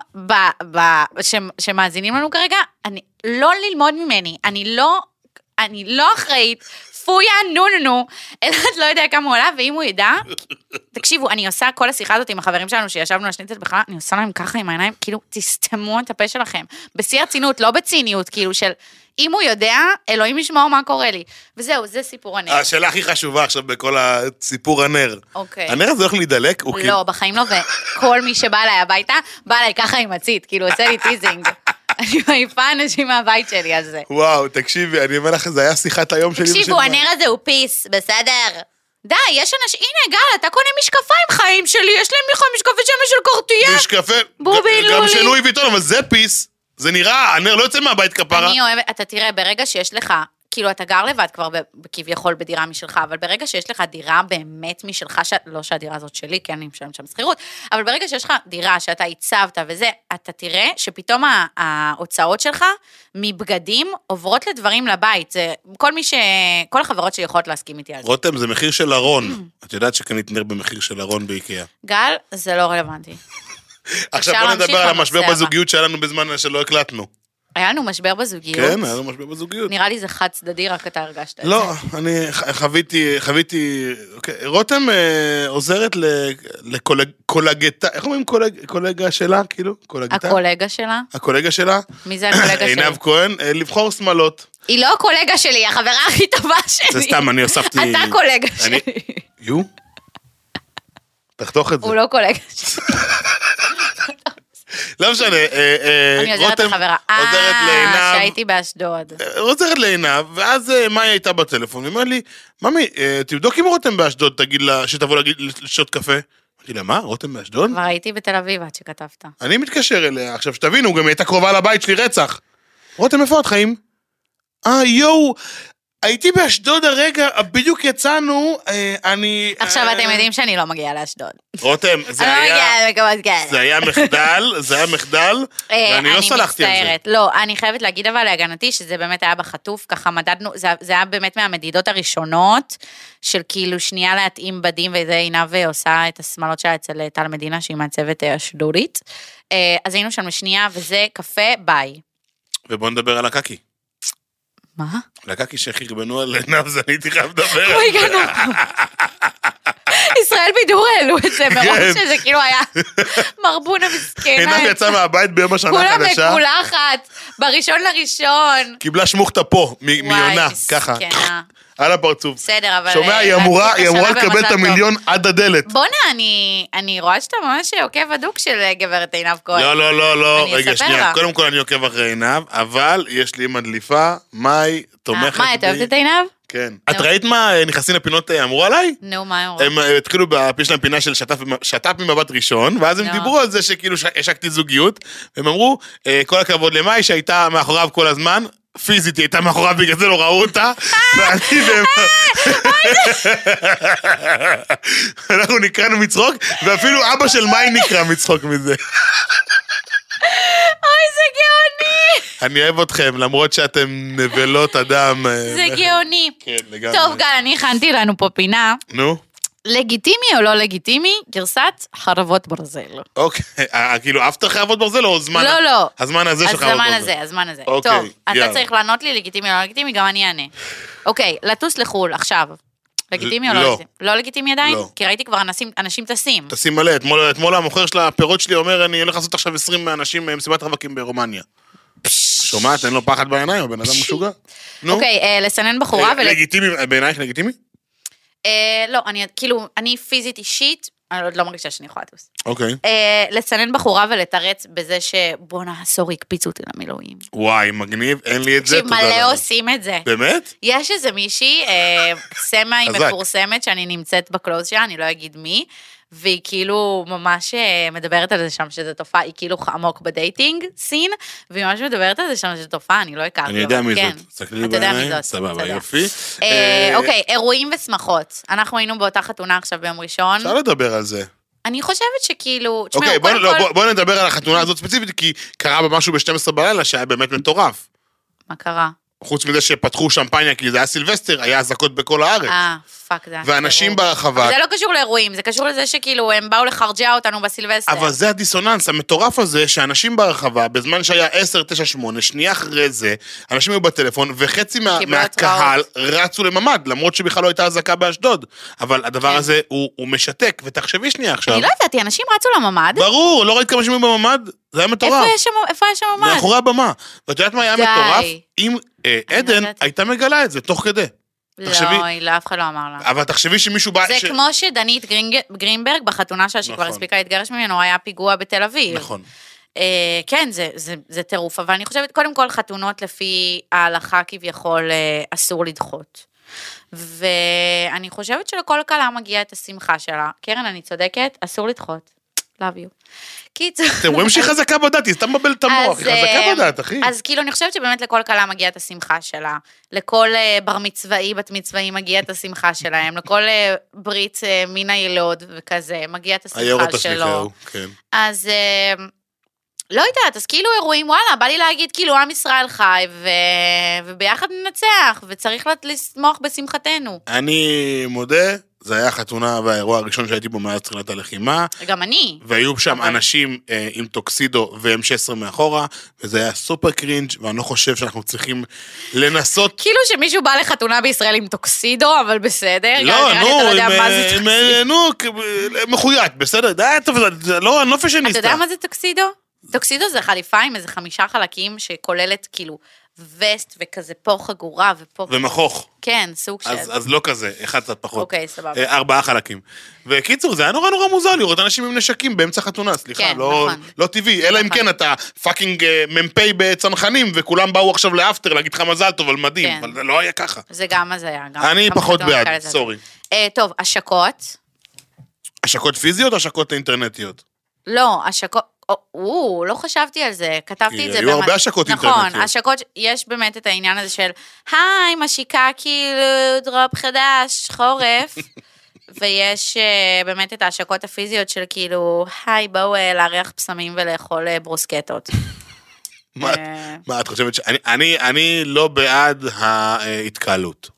שמאזינים לנו כרגע, לא ללמוד ממני, אני לא אחראית, פויה, נו, אלעד לא יודע כמה הוא עולה, ואם הוא ידע, תקשיבו, אני עושה כל השיחה הזאת עם החברים שלנו, שישבנו לשניצת בכלל, אני עושה להם ככה עם העיניים, כאילו, תסתמו את הפה שלכם, בשיא הרצינות, לא בציניות, כאילו של, אם הוא יודע, אלוהים ישמעו מה קורה לי. וזהו, זה סיפור הנר. השאלה הכי חשובה עכשיו בכל הסיפור הנר. אוקיי. הנר הזה הולך להידלק? לא, בחיים לא, וכל מי שבא אליי הביתה, בא אליי ככה עם מצית, כאילו, עושה לי טיזינג. אני מעיפה אנשים מהבית שלי על זה. וואו, תקשיבי, אני אומר לך, זה היה שיחת היום שלי. תקשיבו, הנר הזה הוא פיס, בסדר? די, יש אנשים, הנה גל, אתה קונה משקפיים חיים שלי, יש להם משקפי שמש של קורטייה. משקפי, גם של לואי ויטון, אבל זה פיס. זה נראה, הנר לא יוצא מהבית כפרה. אני אוהבת, אתה תראה, ברגע שיש לך, כאילו אתה גר לבד כבר כביכול בדירה משלך, אבל ברגע שיש לך דירה באמת משלך, לא שהדירה הזאת שלי, כי אני משלמת שם שכירות, אבל ברגע שיש לך דירה שאתה הצבת וזה, אתה תראה שפתאום ההוצאות שלך מבגדים עוברות לדברים לבית. זה כל החברות שיכולות להסכים איתי על זה. רותם, זה מחיר של ארון. את יודעת שקנית נר במחיר של ארון באיקאה. גל, זה לא רלוונטי. עכשיו בוא נדבר על המשבר בזוגיות שהיה לנו בזמן שלא הקלטנו. היה לנו משבר בזוגיות. כן, היה לנו משבר בזוגיות. נראה לי זה חד צדדי, רק אתה הרגשת את זה. לא, אני חוויתי, רותם עוזרת לקולגתה, איך אומרים קולגה שלה, כאילו? הקולגה שלה? הקולגה שלה? מי זה הקולגה שלי? עינב כהן, לבחור שמלות. היא לא הקולגה שלי, היא החברה הכי טובה שלי. זה סתם, אני הוספתי... אתה קולגה שלי. יו? תחתוך את זה. הוא לא קולגה שלי. לא משנה, אני עוזרת לחברה. שהייתי באשדוד. עוזרת לעינב, ואז מאי הייתה בטלפון, היא אומרת לי, ממי, תבדוק אם רותם באשדוד, תגיד לה שתבוא לשתות קפה. אמרתי לה, מה, רותם באשדוד? כבר הייתי בתל אביב עד שכתבת. אני מתקשר אליה, עכשיו שתבינו, גם היא הייתה קרובה לבית שלי רצח. רותם, איפה את חיים? יואו, הייתי באשדוד הרגע, בדיוק יצאנו, עכשיו אתם יודעים שאני לא מגיעה לאשדוד. רותם, זה היה מחדל, ואני לא סלחתי על זה. לא, אני חייבת להגיד אבל להגנתי, שזה באמת היה בחטוף, ככה מדדנו, זה היה באמת מהמדידות הראשונות, של כאילו שנייה להתאים בדים, וזה עינב עושה את השמלות שלה אצל טל מדינה, שהיא מעצבת אשדודית. אז היינו שם לשנייה, וזה קפה, ביי. ובוא נדבר על הקקי. מה? לקקי שחרבנו על עינב, זה אני הייתי חייב לדבר. אוי גנו. ישראל בידור העלו את זה, מרוב שזה כאילו היה מרבונה מסכנה. עינב יצא מהבית ביום השנה החדשה. כולה מקולחת, בראשון לראשון. קיבלה שמוכתה פה, מיונה, ככה. על הפרצוף. בסדר, אבל... שומע, היא אמורה לקבל את המיליון עד הדלת. בונה, אני רואה שאתה ממש עוקב הדוק של גברת עינב כהן. לא, רגע, שנייה. קודם כל אני עוקב אחרי עינב, אבל יש לי מדליפה, מאי תומכת בי. מה, את אוהבת את עינב? כן. את ראית מה נכנסים לפינות אמרו עליי? נו, מה אמרו? הם התחילו, יש להם פינה של שת"פ ממבט ראשון, ואז הם דיברו על זה שכאילו השקתי זוגיות, והם אמרו, כל הכבוד למאי שהייתה מאחוריו כל הזמן, פיזית היא הייתה מאחוריו, בגלל זה לא ראו אותה, ואני אנחנו נקראנו מצחוק, ואפילו אבא של מאי נקרא מצחוק מזה. אוי, זה גאוני! אני אוהב אתכם, למרות שאתם נבלות אדם. זה גאוני. כן, לגמרי. טוב, גל, אני הכנתי לנו פה פינה. נו. לגיטימי או לא לגיטימי, גרסת חרבות ברזל. אוקיי, כאילו אפטר חרבות ברזל או זמן? לא. הזמן הזה של חרבות ברזל. הזמן הזה. אוקיי, טוב, יאללה. אתה צריך לענות לי לגיטימי או לא לגיטימי, גם אני אענה. אוקיי, לטוס לחול, עכשיו. לגיטימי או לא לא. לגיטימי? לא לגיטימי עדיין? לא. כי ראיתי כבר אנשים טסים. תשים מלא, אתמול המוכר של הפירות שלי אומר, אני הולך לעשות עכשיו 20 אנשים מסיבת רווקים ברומניה. שומעת, אין לו פחד בעיניים, הבן אדם משוגע. נו. אוקיי, לסנן בחורה לגיטימי, בעינייך לגיטימי? לא, אני פיזית אישית, אני עוד לא מרגישה שאני יכולה לטוס. אוקיי. לסנן בחורה ולתרץ בזה שבואנה, סורי, הקפיצו אותי למילואים. וואי, מגניב, אין לי את זה, תודה. שמלא עושים את זה. באמת? יש איזה מישהי, סמאי חזק. מפורסמת שאני נמצאת בקלוז שלה, אני לא אגיד מי, והיא כאילו ממש מדברת על זה שם שזה תופעה, היא כאילו עמוק בדייטינג סין, והיא ממש מדברת על זה שם שזה תופעה, אני לא הכרתי. אני יודע מי כן. זאת. תסתכלי לי אתה יודע מי בעיניים, זאת. סבבה, בסדר. יופי. אוקיי, אירועים ושמחות. אנחנו היינו באותה חתונה עכשיו ביום ראשון. אפשר לדבר על זה. אני חושבת שכאילו, אוקיי, תשמעו, קודם כל... בוא נדבר על החתונה הזאת ספציפית, כי קרה בה משהו ב-12 בלילה שהיה באמת מטורף. מה קרה? חוץ מזה שפתחו שמפניה, כי זה היה סילבסטר, היה אזעקות בכל הארץ. פאק זה. ואנשים ברחבה. אבל זה לא קשור לאירועים, זה קשור לזה שכאילו הם באו לחרג'ה אותנו בסילבסטר. אבל זה הדיסוננס המטורף הזה, שאנשים ברחבה, בזמן שהיה 10, 9, 8, שנייה אחרי זה, אנשים היו בטלפון, וחצי מהקהל רצו לממד, למרות שבכלל לא הייתה אזעקה באשדוד. אבל הדבר הזה הוא משתק, ותחשבי שנייה עכשיו. אני לא ידעתי, אנשים רצו לממד. ברור, לא ראית כמה אנשים היו בממד? זה היה מטורף. איפה יש שם ממד? מאחורי הבמה. ואת יודעת מה היה די. מטורף? אם עדן ידעתי. הייתה מגלה את זה, תוך כדי. תחשבי. לא, אף אחד לא אמר לה. אבל תחשבי שמישהו בא... זה כמו שדנית גרינברג בחתונה שלה, שכבר נכון. הספיקה להתגרש ממנו, היה פיגוע בתל אביב. נכון. כן, זה טירוף, אבל אני חושבת, קודם כל, חתונות לפי ההלכה כביכול אסור לדחות. ואני חושבת שלכל כלה מגיעה את השמחה שלה. קרן, אני צודקת, אסור לדחות. love you. קיצור. אתם רואים שהיא חזקה בדת, היא סתם מבלת את המוח, היא חזקה בדת, אחי. אז כאילו, אני חושבת שבאמת לכל כלה מגיעה את השמחה שלה. לכל בר מצוואי, בת מצוואי, מגיעה את השמחה שלהם. לכל ברית מן הילוד וכזה, מגיעה את השמחה שלו. כן. אז לא יודעת, אז כאילו אירועים, וואלה, בא לי להגיד, כאילו, עם ישראל חי, וביחד ננצח, וצריך לשמוח בשמחתנו. אני מודה, זה היה החתונה והאירוע הראשון שהייתי בו מאז תחילת הלחימה. גם אני. והיו שם אנשים עם טוקסידו ו-M16 מאחורה, וזה היה סופר קרינג', ואני לא חושב שאנחנו צריכים לנסות... כאילו שמישהו בא לחתונה בישראל עם טוקסידו, אבל בסדר. לא, נו, מחויית, בסדר, זה לא פשניסטה. אתה יודע מה זה טוקסידו? טוקסידו זה חליפה עם איזה 5 חלקים שכוללת כאילו וסט וכזה פה חגורה ופה... ומחוך. כן, סוג של... אז לא כזה, אחד קצת פחות. אוקיי, סבבה. 4 חלקים. וקיצור, זה היה נורא נורא מוזר לראות אנשים עם נשקים באמצע חתונה, סליחה, כן, לא נכון. טבעי, אלא אם כן אתה פאקינג מ"פ בצנחנים, וכולם באו עכשיו לאפטר להגיד לך מזל טוב על מדים, כן. אבל זה לא היה ככה. זה גם אז היה. אני פחות בעד, סורי. טוב, השקות. השקות פיזיות או השקות אינטרנטיות? לא, השקות... לא חשבתי על זה, כתבתי את זה. היו הרבה השקות אינטרנטיות. נכון, השקות, יש באמת את העניין הזה של, היי, משיקה כאילו דרופ חדש, חורף, ויש באמת את ההשקות הפיזיות של כאילו, היי, בואו להריח פסמים ולאכול ברוסקטות. מה את חושבת אני לא בעד ההתקהלות.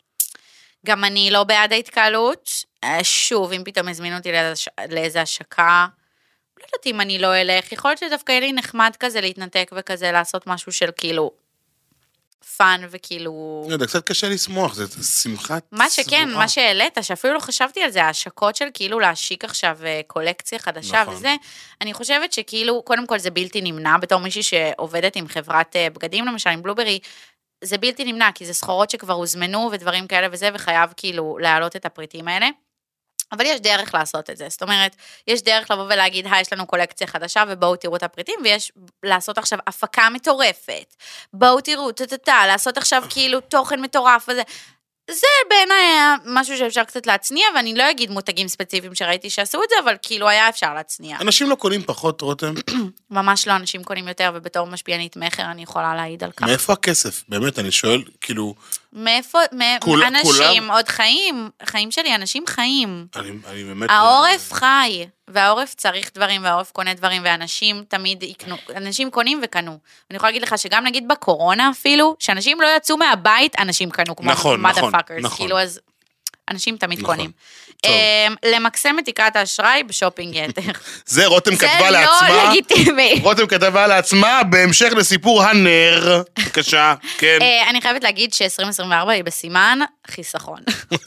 גם אני לא בעד ההתקהלות. שוב, אם פתאום הזמינו אותי לאיזה השקה, לא יודעת אם אני לא אלך, יכול להיות שדווקא יהיה לי נחמד כזה להתנתק וכזה, לעשות משהו של כאילו פאן וכאילו... לא יודע, קצת קשה לשמוח, זה שמחת... מה שכן, מה שהעלית, שאפילו לא חשבתי על זה, ההשקות של כאילו להשיק עכשיו קולקציה חדשה נכון. וזה, אני חושבת שכאילו, קודם כל זה בלתי נמנע, בתור מישהי שעובדת עם חברת בגדים, למשל עם בלוברי, זה בלתי נמנע, כי זה סחורות שכבר הוזמנו ודברים כאלה וזה, וחייב כאילו להעלות את הפריטים האלה. אבל יש דרך לעשות את זה, זאת אומרת, יש דרך לבוא ולהגיד, יש לנו קולקציה חדשה, ובואו תראו את הפריטים, ויש לעשות עכשיו הפקה מטורפת, בואו תראו, לעשות עכשיו כאילו תוכן מטורף, וזה, זה בעיניי משהו שאפשר קצת להצניע, ואני לא אגיד מותגים ספציפיים שראיתי שעשו את זה, אבל כאילו היה אפשר להצניע. אנשים לא קונים פחות, רותם? ממש לא, אנשים קונים יותר, ובתור משפיענית מחר אני יכולה להעיד על כך. מאיפה הכסף? באמת, אני שואל, כאילו... מאיפה, אנשים עוד חיים, חיים שלי, אנשים חיים. אני באמת... העורף חי, והעורף צריך דברים, והעורף קונה דברים, ואנשים תמיד יקנו, אנשים קונים וקנו. אני יכולה להגיד לך שגם נגיד בקורונה אפילו, שאנשים לא יצאו מהבית, אנשים קנו כמו motherfuckers, כאילו אז אנשים תמיד קונים. למקסם את תקרת האשראי בשופינג יתר. זה רותם כתבה לעצמה. זה לא לגיטימי. רותם כתבה לעצמה בהמשך לסיפור הנר. בבקשה, כן. אני חייבת להגיד ש-2024 היא בסימן חיסכון.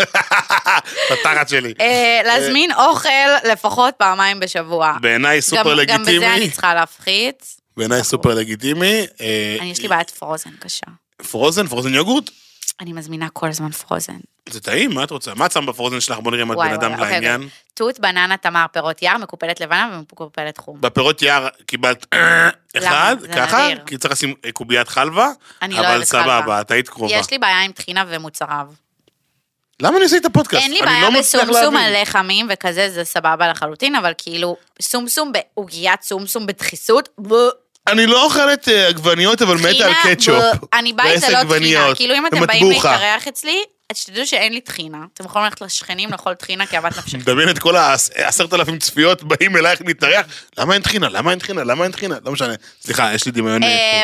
בתחת שלי. להזמין אוכל לפחות פעמיים בשבוע. בעיניי סופר לגיטימי. גם בזה אני צריכה להפחית. בעיניי סופר לגיטימי. יש לי בעיית פרוזן קשה. פרוזן יוגורט? אני מזמינה כל הזמן פרוזן. זה טעים, מה את רוצה? מה את שם בפרוזן שלך? בוא נראה אם את בן אדם לעניין. תות, בננה, תמר, פירות יער, מקופלת לבנה ומקופלת חום. בפירות יער קיבלת אחד, ככה, כי צריך לשים קוביית חלבה, אבל סבבה, את היית קרובה. יש לי בעיה עם טחינה ומוצריו. למה אני עושה את הפודקאסט? אין לי בעיה בסומסום על לחמים וכזה, זה סבבה לחלוטין, אבל כאילו, סומסום בעוגיית סומסום בדחיסות, אני לא אוכלת עגבניות, אבל מתה על קטשופ. אני בית זה לא טחינה, כאילו אם אתם באים להתארח אצלי, שתדעו שאין לי טחינה. אתם יכולים ללכת לשכנים לאכול טחינה כאוות נפשך. מדמיין את כל 10,000 צפיות באים אלייך להתארח, למה אין טחינה? למה אין טחינה? למה אין טחינה? לא משנה. סליחה, יש לי דמיון.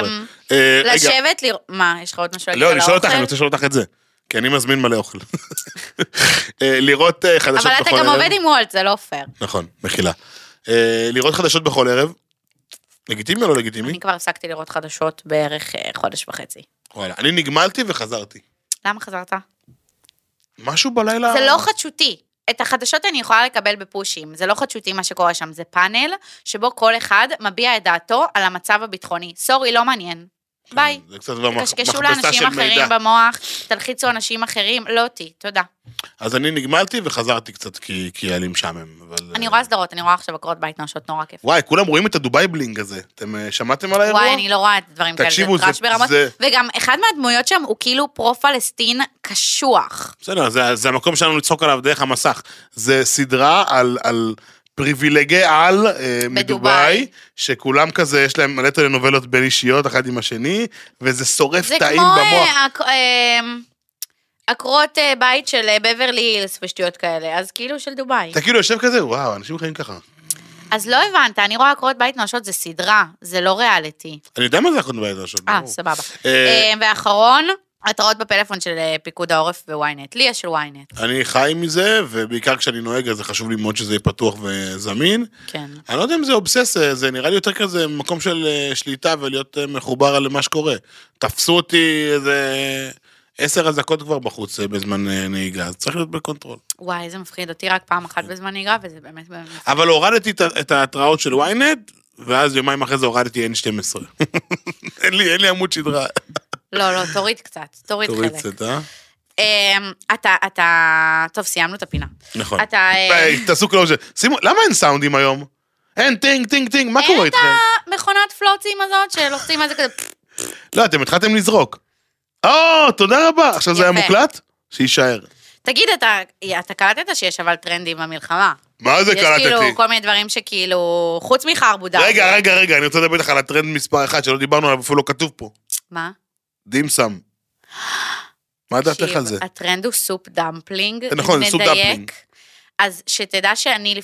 לשבת, מה, יש לך עוד משהו להגיד על האוכל? לא, לשאול אותך, אני רוצה לשאול אותך את זה. כי אני מזמין מלא אוכל. לראות חדשות בכל ערב. אבל אתה גם עובד עם וולט, זה לא פייר. נכון, מחילה. לראות חדשות בכל ערב. לגיטימי או לא לגיטימי? אני כבר הפסקתי לראות חדשות בערך חודש וחצי. וואלה, אני נגמלתי וחזרתי. למה חזרת? משהו בלילה... זה לא חדשותי. את החדשות אני יכולה לקבל בפושים. זה לא חדשותי מה שקורה שם. זה פאנל שבו כל אחד מביע את דעתו על המצב הביטחוני. סורי, לא מעניין. ביי. זה קצת כבר תקשקשו לאנשים אחרים במוח, תלחיצו אנשים אחרים, לא אותי, תודה. אז אני נגמלתי וחזרתי קצת כי היה לי משעמם. אני רואה סדרות, אני רואה עכשיו עקרות בית נשות נורא כיף. וואי, כולם רואים את הדובאי בלינג הזה. אתם שמעתם על האירוע? וואי, אני לא רואה את דברים כאלה, זה טרש ברמות. וגם אחד מהדמויות שם הוא כאילו פרו-פלסטין קשוח. בסדר, זה המקום שלנו לצחוק עליו דרך המסך. זה סדרה על פריבילגי על מדובאי, שכולם כזה, יש להם מלא טלנובלות בין אישיות, אחד עם השני, וזה שורף טעים במוח. זה כמו עקרות בית של בברלי הילס ושטויות כאלה, אז כאילו של דובאי. אתה כאילו יושב כזה, וואו, אנשים חיים ככה. אז לא הבנת, אני רואה עקרות בית נשות, זה סדרה, זה לא ריאליטי. אני יודע מה זה עקרות בית נשות. סבבה. ואחרון, התראות בפלאפון של פיקוד העורף וויינט, לי יש של וויינט. אני חי מזה, ובעיקר כשאני נוהג, אז זה חשוב לי מאוד שזה יהיה פתוח וזמין. כן. אני לא יודע אם זה אובסס, זה נראה לי יותר כזה מקום של שליטה, ולהיות מחובר על מה שקורה. תפסו אותי איזה 10 אזעקות כבר בחוץ בזמן נהיגה, אז צריך להיות בקונטרול. וואי, זה מפחיד אותי רק פעם אחת בזמן נהיגה, וזה באמת... אבל הורדתי את ההתראות של וויינט, ואז יומיים אחרי זה הורדתי N12. אין לי עמוד שדרה. לא, תוריד קצת, תוריד חלק. קצת, אתה... טוב, סיימנו את הפינה. נכון. תעשו קלוז'ר. שימו, למה אין סאונדים היום? אין טינג, טינג, טינג, מה קורה איתכם? אין את המכונת פלוצים הזאת, שלוחצים על זה כזה... לא, אתם התחלתם לזרוק. תודה רבה. עכשיו זה היה מוקלט? שישאר. תגיד, אתה קלטת שיש אבל טרנדים במלחמה? מה זה קלטתי? יש כאילו כל מיני דברים שכאילו, חוץ מחרבודה. רגע, אני רוצה לדבר לך על הטרנד מספר 1, שלא דיברנו עליו, אפילו לא כתוב פה. מה? דימסם. מה דעתך על זה? הטרנד הוא סופ דמפלינג. נכון, סופ דמפלינג. אז שתדע שאני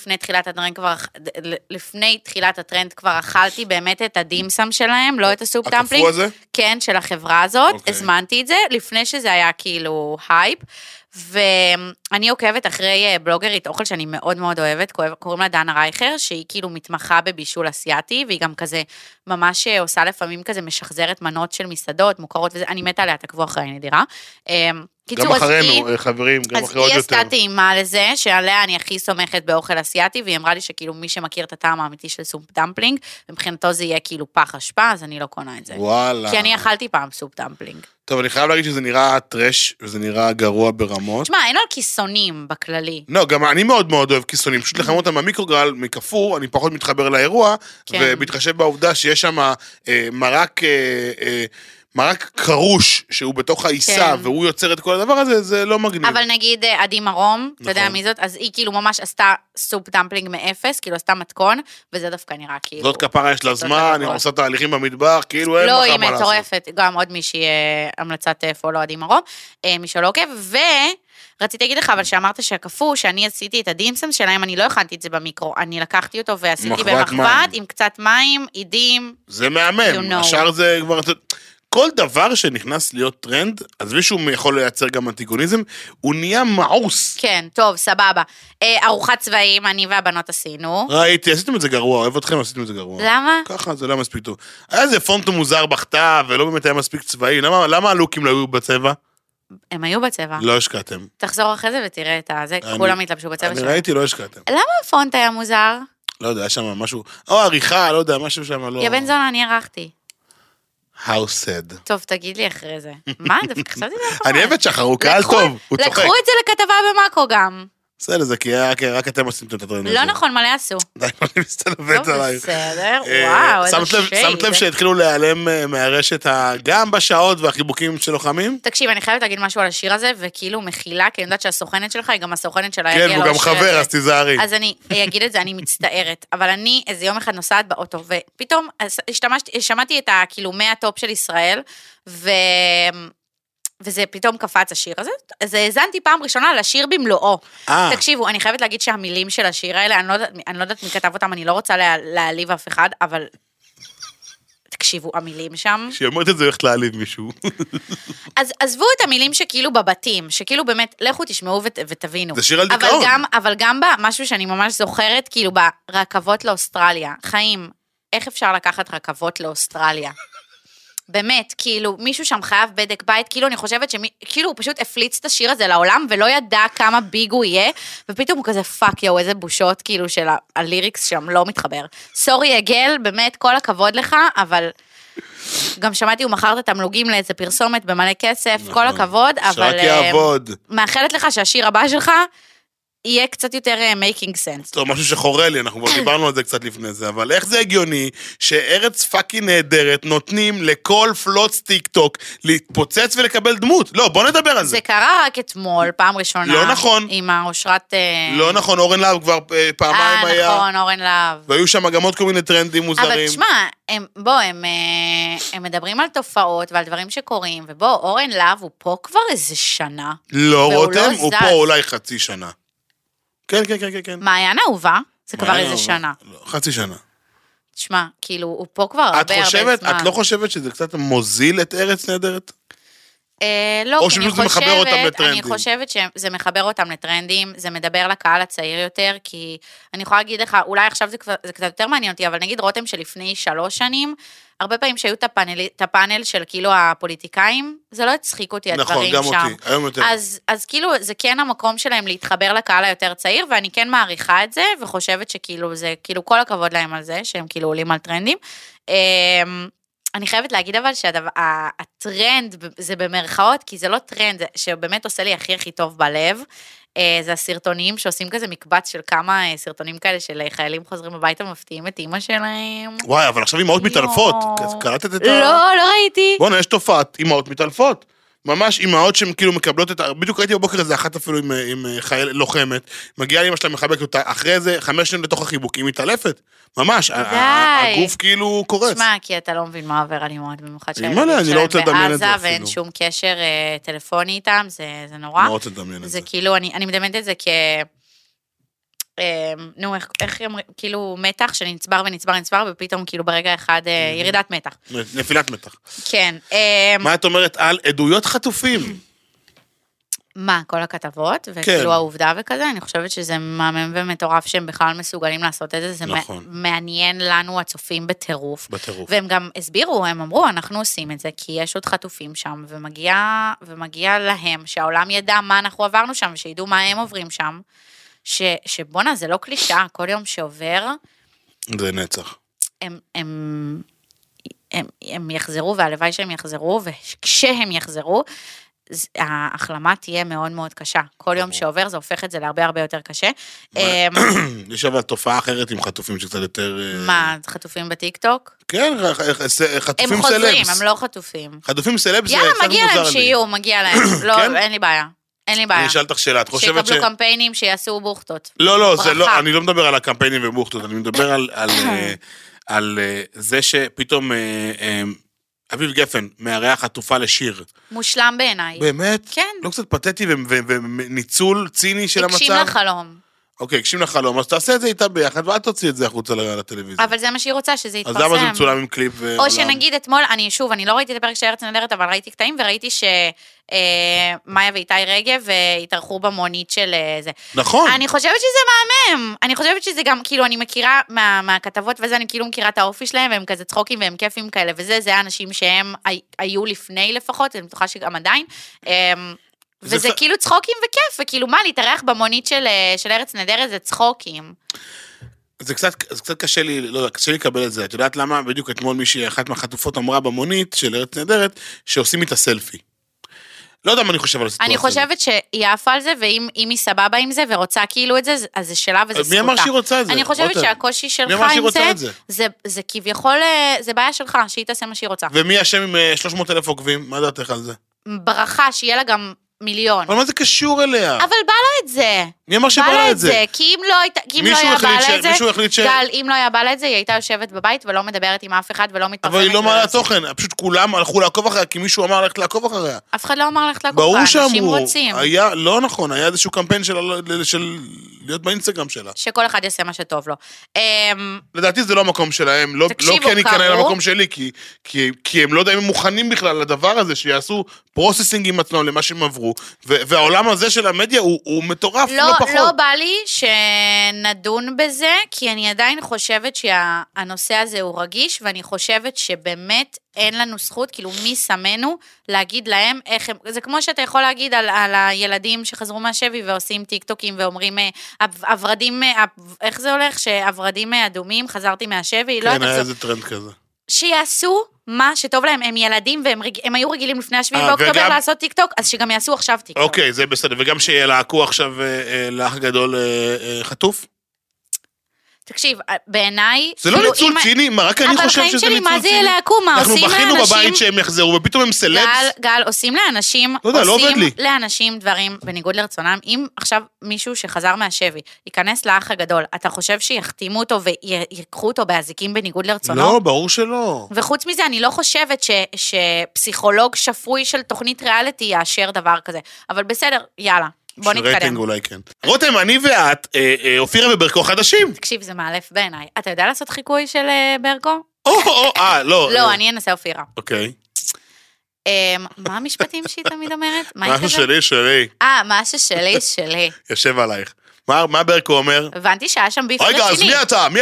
לפני תחילת הטרנד כבר אכלתי באמת את הדימסם שלהם, לא את הסופ דמפלינג. הקפוא הזה? כן, של החברה הזאת. הזמנתי את זה לפני שזה היה כאילו הייפ. ואני עוקבת אחרי בלוגרית אוכל שאני מאוד מאוד אוהבת, קוראים לה דנה רייכר, שהיא כאילו מתמחה בבישול אסיאתי, והיא גם כזה ממש עושה לפעמים כזה משחזרת מנות של מסעדות, מוכרות, ואני מתה עליה, תעקבו אחרי נדירה. גם אחרינו, חברים, גם אחרי עוד יותר. אז היא עשתה טעימה לזה, שעליה אני הכי סומכת באוכל אסיאתי, והיא אמרה לי שכאילו מי שמכיר את הטעם האמיתי של סופ דמפלינג, מבחינתו זה יהיה כאילו פח אשפה, אז אני לא קונה את זה. וואלה. כי אני אכלתי פעם סופ דמפלינג. טוב, אני חייב להגיד שזה נראה טרש, וזה נראה גרוע ברמות. תשמע, אין על כיסונים בכללי. לא, גם אני מאוד מאוד אוהב כיסונים, פשוט לחמם אותם במיקרוגל, מקפור, אני פחות מתחבר לאירוע, ומתחשב בעובדה שיש שם מרק מרק קרוש, שהוא בתוך העיסה, כן. והוא יוצר את כל הדבר הזה, זה לא מגניב. אבל נגיד עדי מרום, אתה יודע נכון. מי זאת? אז היא כאילו ממש עשתה סופ דמפלינג מאפס, כאילו עשתה מתכון, וזה דווקא נראה כאילו... זאת כפרה יש לה זמן, היא עושה תהליכים במטבח, כאילו אין לא, לך היא מה לעשות. מטורפת, גם עוד מישהי המלצת פולו עדי מרום, מי שלא עוקב, ורציתי להגיד לך, אבל שאמרת שהקפוא, שאני עשיתי את הדימסם שלהם, אני לא הכנתי את זה במיקרו, אני לקחתי אותו ועשיתי מחבת במחבת, מים. עם קצת מים, עידים, זה מהמם, You know. השאר זה כבר... כל דבר שנכנס להיות טרנד, אז מישהו יכול לייצר גם אנטיגוניזם, הוא נהיה מעוס. כן, טוב, סבבה. ארוחת צבעים, אני והבנות עשינו. ראיתי, עשיתם את זה גרוע, אוהב אתכם, עשיתם את זה גרוע. למה? ככה, זה לא מספיק טוב. היה איזה פונט מוזר בכתב, ולא באמת היה מספיק צבאי, למה הלוקים לא היו בצבע? הם היו בצבע. לא השקעתם. תחזור אחרי זה ותראה את הזה, כולם התלבשו בצבע אני שלהם. ראיתי, לא השקעתם. למה הפונט היה מוזר? לא יודע, היה שם משהו, או עריכה, לא יודע, משהו שם לא... יא בן זונה, אני ערכתי. How sad. טוב, תגיד לי אחרי זה. מה? דווקא חשבתי זה נכון. אני אוהב את שחר, הוא קהל טוב, הוא צוחק. לקחו את זה לכתבה במאקו גם. בסדר, זה כי רק אתם עושים את הטרנד הזה. לא נכון, מלא עשו. די, אני מסתלבט טוב, עלייך. בסדר, וואו, איזה שמת לב שהתחילו להיעלם מהרשת גם בשעות והחיבוקים של לוחמים? תקשיב, אני חייבת להגיד משהו על השיר הזה, וכאילו מחילה, כי אני יודעת שהסוכנת שלך היא גם הסוכנת של כן, הוא גם חבר, אז תיזהרי. אז אני אגיד את זה, אני מצטערת, אבל אני איזה יום אחד נוסעת באוטו, ופתאום שמעתי את כאילו 100 טופ של ישראל, וזה פתאום קפץ השיר הזה, אז האזנתי פעם ראשונה לשיר במלואו. תקשיבו, אני חייבת להגיד שהמילים של השיר האלה, אני לא יודעת מי כתב אותם, אני לא רוצה להעליב אף אחד, אבל תקשיבו, המילים שם... שהיא אומרת את זה, הולכת להעליב מישהו. אז עזבו את המילים שכאילו בבתים, שכאילו באמת, לכו תשמעו ותבינו. זה שיר על דיכאון. אבל גם משהו שאני ממש זוכרת, כאילו ברכבות לאוסטרליה. חיים, איך אפשר לקחת רכבות לאוסטרליה? באמת, כאילו, מישהו שם חייב בדק בית, כאילו אני חושבת כאילו הוא פשוט הפליץ את השיר הזה לעולם, ולא ידע כמה ביג הוא יהיה, ופתאום הוא כזה פאק יו, איזה בושות, כאילו, של הליריקס שם לא מתחבר. סורי אגל, באמת, כל הכבוד לך, אבל גם שמעתי, הוא מכר את התמלוגים לאיזה פרסומת במלא כסף, כל הכבוד, אבל... שרק יעבוד. מאחלת לך שהשיר הבא שלך יהיה קצת יותר making sense. טוב, משהו שחורה לי, אנחנו כבר דיברנו על זה קצת לפני זה, אבל איך זה הגיוני שארץ פאקי נהדרת נותנים לכל פלוץ טיק טוק להתפוצץ ולקבל דמות? לא, בוא נדבר על זה. זה קרה רק אתמול, פעם ראשונה. לא נכון. עם האושרת... לא נכון, אורן להב כבר פעמיים היה. נכון, אורן להב. והיו שם גם עוד כל מיני טרנדים מוזרים. אבל תשמע, הם מדברים על תופעות ועל דברים שקורים, ובוא, אורן להב הוא פה כבר איזה שנה. לא, רותם, הוא זז. פה אולי חצי שנה. כן, כן, כן, כן. מעיין אהובה, זה כבר איזה שנה. לא, חצי שנה. תשמע, כאילו, הוא פה כבר הרבה זמן. את לא חושבת שזה קצת מוזיל את ארץ נהדרת? לא, או שפשוט זה מחבר אותם אני לטרנדים. חושבת שזה מחבר אותם לטרנדים, זה מדבר לקהל הצעיר יותר, כי אני יכולה להגיד לך, אולי עכשיו זה קצת יותר מעניין אותי, אבל נגיד רותם שלפני 3 שנים, הרבה פעמים שהיו את הפאנל של כאילו הפוליטיקאים, זה לא הצחיק אותי הדברים שם. נכון, גם אותי, היום יותר. אז כאילו זה כן המקום שלהם להתחבר לקהל היותר צעיר, ואני כן מעריכה את זה, וחושבת שכאילו זה, כאילו כל הכבוד להם על זה, שהם כאילו עולים על טרנדים. אני חייבת להגיד אבל שהטרנד זה במרכאות, כי זה לא טרנד, שבאמת עושה לי הכי טוב בלב, זה הסרטונים שעושים כזה מקבץ של כמה סרטונים כאלה של חיילים חוזרים הביתה ומפתיעים את אימא שלהם. וואי, אבל עכשיו אמהות מתעלפות, קלטת את ה... לא ראיתי. בוא'נה, יש תופעת אמהות מתעלפות. ממש אמהות שהן כאילו מקבלות את ה... בדיוק ראיתי בבוקר איזה אחת אפילו עם חייל לוחמת, מגיעה לאמא שלה מחבקת אותה, אחרי זה 5 שנים לתוך החיבוק, היא מתעלפת. ממש, הגוף כאילו קורץ. תשמע, כי אתה לא מבין מה עובר על אמהות, במיוחד אני לא רוצה לדמיין את זה בעזה ואין שום קשר טלפוני איתם, זה נורא. לא רוצה לדמיין את זה. זה כאילו, אני מדמיינת את זה נו, איך כאילו מתח שנצבר ונצבר ונצבר, ופתאום כאילו ברגע אחד ירידת מתח. נפילת מתח. כן. מה את אומרת על עדויות חטופים? מה, כל הכתבות, וכאילו העובדה וכזה, אני חושבת שזה מהמם ומטורף שהם בכלל מסוגלים לעשות את זה, זה מעניין לנו הצופים בטירוף. והם גם הסבירו, הם אמרו, אנחנו עושים את זה, כי יש עוד חטופים שם, ומגיע להם שהעולם ידע מה אנחנו עברנו שם, ושידעו מה הם עוברים שם, שבונה, זה לא קלישה, כל יום שעובר, זה נצח. הם יחזרו, והלוואי שהם יחזרו, וכשהם יחזרו, ההחלמה תהיה מאוד מאוד קשה. כל יום שעובר זה הופך את זה להרבה הרבה יותר קשה. יש אבל תופעה אחרת עם חטופים שקצת יותר... מה, חטופים בטיקטוק? כן, חטופים הם חוזרים, הם לא חטופים. חטופים סלבס, יאללה, מגיע להם שיהיו, מגיע להם. לא, אין לי בעיה. אין לי בעיה. אני אשאל אותך שאלה, את חושבת שיקבלו קמפיינים שיעשו בוכטות. לא, אני לא מדבר על הקמפיינים ובוכטות, אני מדבר על זה שפתאום אביב גפן מארח חטופה לשיר. מושלם בעיניי. באמת? כן. לא קצת פתטי וניצול ציני של המצב? הגשים לחלום. אוקיי, הגשים לחלום, אז תעשה את זה איתה ביחד, ואל תוציא את זה החוצה לטלוויזיה. אבל זה מה שהיא רוצה, שזה יתפרסם. אז למה זה מצולם עם קליפ ועולם? או שנגיד אתמול, אני לא ראיתי את הפרק של ארץ נהדרת, אבל ראיתי קטעים, וראיתי שמאיה ואיתי רגב התארחו במונית של זה. נכון. אני חושבת שזה מהמם. אני חושבת שזה גם, כאילו, אני מכירה מהכתבות וזה, אני כאילו מכירה את האופי שלהם, והם כזה צחוקים והם כיפים כאלה, זה האנשים שהם היו לפני לפחות, אני בטוחה שגם עדיין. וזה כאילו צחוקים וכיף, וכאילו מה, להתארח במונית של ארץ נהדרת זה צחוקים. זה קצת קשה לי, לא, קשה לי לקבל את זה. את יודעת למה? בדיוק אתמול מישהי, אחת מהחטופות אמרה במונית של ארץ נהדרת, שעושים איתה סלפי. לא יודע מה אני חושב על הסיטואציה. אני חושבת שהיא עפה על זה, ואם היא סבבה עם זה ורוצה כאילו את זה, אז זה שלה וזה זכותה. מי אמר שהיא רוצה את זה? אני חושבת שהקושי שלך עם זה כביכול, זה בעיה שלך, שהיא תעשה מה שהיא רוצה. ומי אשם עם 300,000 עוקבים? מה דעתך על זה? ברכה, שיהיה לה גם מיליון. אבל מה זה קשור אליה? אבל בא לה את זה. מי אמר שבא לה את זה? כי אם לא היה בא לה את זה, מישהו החליט ש... גל, אם לא היה בא לה את זה, היא הייתה יושבת בבית ולא מדברת עם אף אחד ולא מתפרסמת. אבל היא לא מעלה תוכן, פשוט כולם הלכו לעקוב אחריה, כי מישהו אמר ללכת לעקוב אחריה. אף אחד לא אמר ללכת לעקוב אחריה, אנשים רוצים. לא נכון, היה איזשהו קמפיין של להיות באינסטגרם שלה. שכל אחד יעשה מה שטוב לו. לדעתי זה לא המקום שלהם, לא כי אני כאן למקום שלי, כי הם לא יודעים אם מוכנים בכלל לדבר הזה, שיעשו פרוססינג עם עצמם למה שהם עברו, והעולם הזה של המדיה הוא מטורף, לא פחות. לא בא לי שנדון בזה, כי אני עדיין חושבת שהנושא הזה הוא רגיש, ואני חושבת שבאמת אין לנו זכות, כאילו מי שמנו להגיד להם איך הם, זה כמו שאתה יכול להגיד על הילדים שחזרו מהשבי ועושים טיקטוקים ואומרים, הוורדים, איך זה הולך? שהוורדים אדומים, חזרתי מהשבי, כן, היה איזה טרנד כזה. שיעשו מה שטוב להם, הם ילדים והם היו רגילים לפני השביעי באוקטובר לעשות טיקטוק, אז שגם יעשו עכשיו טיקטוק. אוקיי, זה בסדר, וגם שילהקו עכשיו לאח גדול חטוף? תקשיב, בעיניי... זה לא ניצול ציני, רק אני חושב שזה ניצול ציני. אבל חיים שלי, מה זה ילהקו? מה עושים לאנשים... אנחנו בכינו בבית שהם יחזרו, ופתאום הם סלבס. גל, עושים לאנשים... לא יודע, לא עובד לי. עושים לאנשים דברים בניגוד לרצונם. אם עכשיו מישהו שחזר מהשבי, ייכנס לאח הגדול, אתה חושב שיחתימו אותו ויקחו אותו באזיקים בניגוד לרצונו? לא, ברור שלא. וחוץ מזה, אני לא חושבת שפסיכולוג שפוי של תוכנית ריאליטי יאשר דבר כזה. אבל בסדר, יאללה. בוא נתקדם. רייטינג אולי כן. רותם, אני ואת, אופירה וברקו חדשים. תקשיב, זה מאלף בעיניי. אתה יודע לעשות חיקוי של ברקו? לא. לא, אני אנסה אופירה. אוקיי. מה המשפטים שהיא תמיד אומרת? משהו שלי. משהו שלי. יושב עלייך. מה ברקו אומר? הבנתי שהיה שם ביף רציני. רגע, אז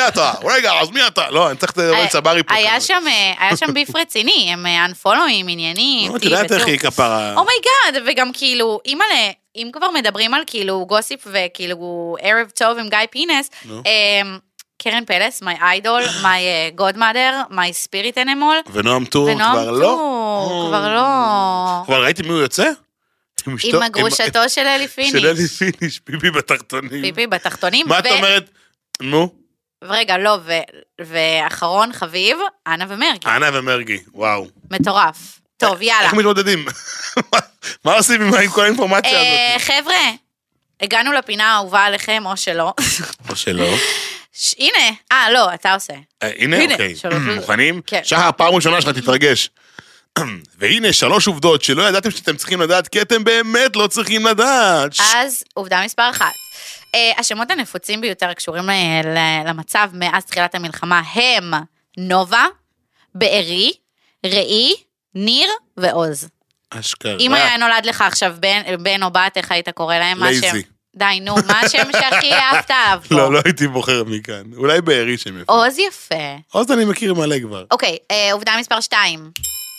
מי אתה? לא, אני צריך את צברי פה. היה שם ביף רציני, הם אנפולואים, עניינים. את יודעת איך היא כפרה. אומייגאד, וגם כאילו, אם כבר מדברים על כאילו גוסיפ וכאילו ערב טוב עם גיא פינס, קרן פלס, my idol, my godmother, my spirit animal. ונועם טור, כבר לא. כבר ראיתי מי הוא יוצא? עם הגרושתו של אלי פיניש. של אלי פיניש, פיפי בתחתונים. פיפי בתחתונים. מה את אומרת? נו? רגע, לא, ואחרון חביב, אנה ומרגי. אנה ומרגי, וואו. מטורף. טוב, יאללה. איך מתמודדים? מה עושים עם כל האינפורמציה הזאת? חבר'ה, הגענו לפינה האהובה עליכם, או שלא. או שלא. הנה, לא, אתה עושה. הנה, אוקיי. מוכנים? כן. שחר, פעם ראשונה שלך תתרגש. והנה 3 עובדות שלא ידעתם שאתם צריכים לדעת, כי אתם באמת לא צריכים לדעת. אז עובדה מספר 1. השמות הנפוצים ביותר הקשורים למצב מאז תחילת המלחמה הם נובה, בארי, ראי, ניר ועוז. אשכרה. אם היה נולד לך עכשיו בן או בת, איך היית קורא להם? לייזי. די, נו, מה השם שהכי אהבת עליו פה? לא הייתי בוחר מכאן. אולי בארי שם יפה. עוז יפה. עוז אני מכיר מלא כבר. אוקיי, עובדה מספר 2.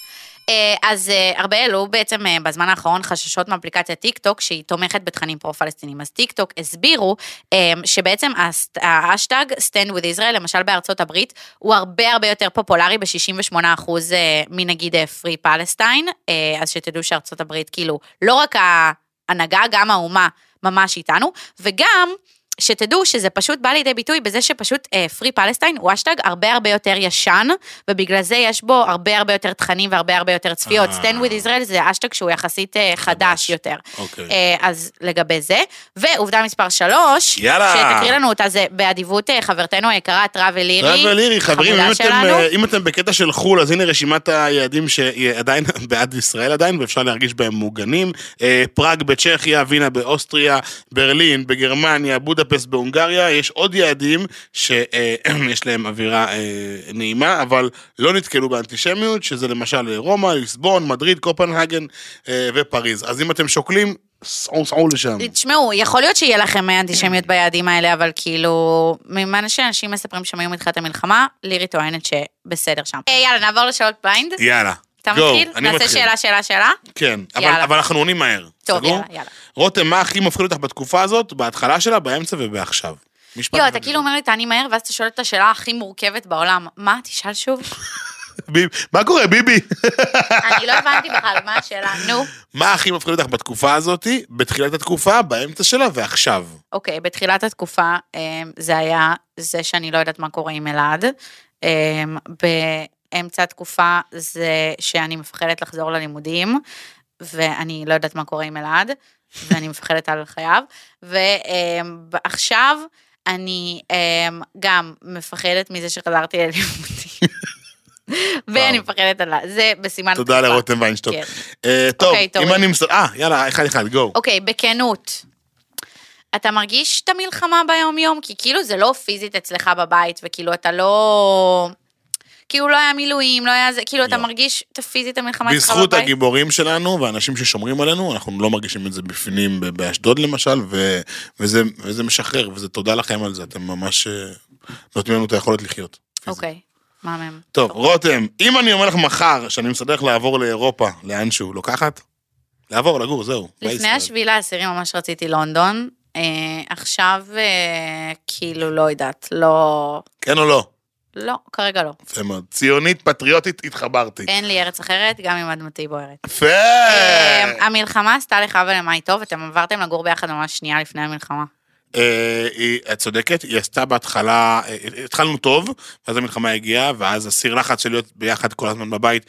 אז הרבה העלו בעצם בזמן האחרון חששות מאפליקציית טיק טוק, שהיא תומכת בתכנים פרו-פלסטינים. אז טיק טוק הסבירו שבעצם האשטג Stand with Israel, למשל בארצות הברית, הוא הרבה הרבה יותר פופולרי ב-68% מנגיד Free Palestine, אז שתדעו שארצות הברית כאילו לא רק ההנהגה, גם האומה ממש איתנו, וגם שתדעו שזה פשוט בא לידי ביטוי בזה שפשוט פרי פלסטיין הוא אשטג הרבה הרבה יותר ישן, ובגלל זה יש בו הרבה הרבה יותר תכנים והרבה הרבה יותר צפיות. Stand with Israel זה אשטג שהוא יחסית חדש יותר. אז לגבי זה, ועובדה מספר 3, שתקריא לנו אותה, זה באדיבות חברתנו היקרה, טראבל לירי, חברים, אם אתם בקטע של חול, אז הנה רשימת היעדים שעדיין בעד ישראל עדיין, ואפשר להרגיש בהם מוגנים, פראג בצ'כיה, וינה באוסטריה, ברלין בגרמניה, בודפשט בהונגריה, יש עוד יעדים שיש להם אווירה נעימה, אבל לא נתקלו באנטישמיות, שזה למשל רומא, ליסבון, מדריד, קופנהגן ופריז. אז אם אתם שוקלים, סעו לשם. תשמעו, יכול להיות שיהיה לכם אנטישמיות ביעדים האלה, אבל כאילו, ממה שאנשים מספרים שם היום מתחילת המלחמה, לירי טוענת שבסדר שם. יאללה, נעבור לשאלות בליינד. יאללה. אתה מתחיל? נעשה שאלה? כן, אבל אנחנו עונים מהר. טוב, יאללה. רותם, מה הכי מפחיד אותך בתקופה הזאת, בהתחלה שלה, באמצע ובעכשיו? אתה כאילו אומר לי, תעני מהר, ואז אתה שואל את השאלה הכי מורכבת בעולם. מה? תשאל שוב. מה קורה, ביבי? אני לא הבנתי בכלל, מה השאלה? נו. מה הכי מפחיד אותך בתקופה הזאת, בתחילת התקופה, באמצע שלה ועכשיו? אוקיי, בתחילת התקופה, זה היה זה שאני לא יודעת מה קורה עם אלעד. באמצע התקופה זה שאני מפחדת לחזור ללימודים, ואני לא יודעת מה קורה עם אלעד, ואני מפחדת על חייו, ועכשיו אני גם מפחדת מזה שחזרתי ללימודים, ואני מפחדת על זה בסימן תקופה. תודה לרותם ויינשטוק. טוב, אם אני יאללה, אחד, גו. אוקיי, בכנות. אתה מרגיש את המלחמה ביום יום? כי כאילו זה לא פיזית אצלך בבית, וכאילו אתה לא... כאילו לא היה מילואים, לא היה זה, כאילו אתה מרגיש את הפיזית המלחמה אצלך בבית? בזכות הגיבורים שלנו, ואנשים ששומרים עלינו, אנחנו לא מרגישים את זה בפנים, באשדוד למשל, וזה משחרר, וזה תודה לכם על זה, אתם ממש נותנים לנו את היכולת לחיות. אוקיי, מה מהם? טוב, רותם, אם אני אומר לך מחר, שאני מסדר לך לעבור לאירופה, לאנשהו, לוקחת? לעבור, לגור, זהו. לפני 7/10 ממש רציתי לונדון, עכשיו כאילו לא יודעת, לא... כן או לא? לא, כרגע לא. יפה מאוד. ציונית, פטריוטית, התחברתי. אין לי ארץ אחרת, גם אם אדמתי בוערת. יפה! המלחמה עשתה לך ולמי טוב, אתם עברתם לגור ביחד ממש שנייה לפני המלחמה. את צודקת, היא עשתה בהתחלה, התחלנו טוב, ואז המלחמה הגיעה, ואז הסיר לחץ של להיות ביחד כל הזמן בבית,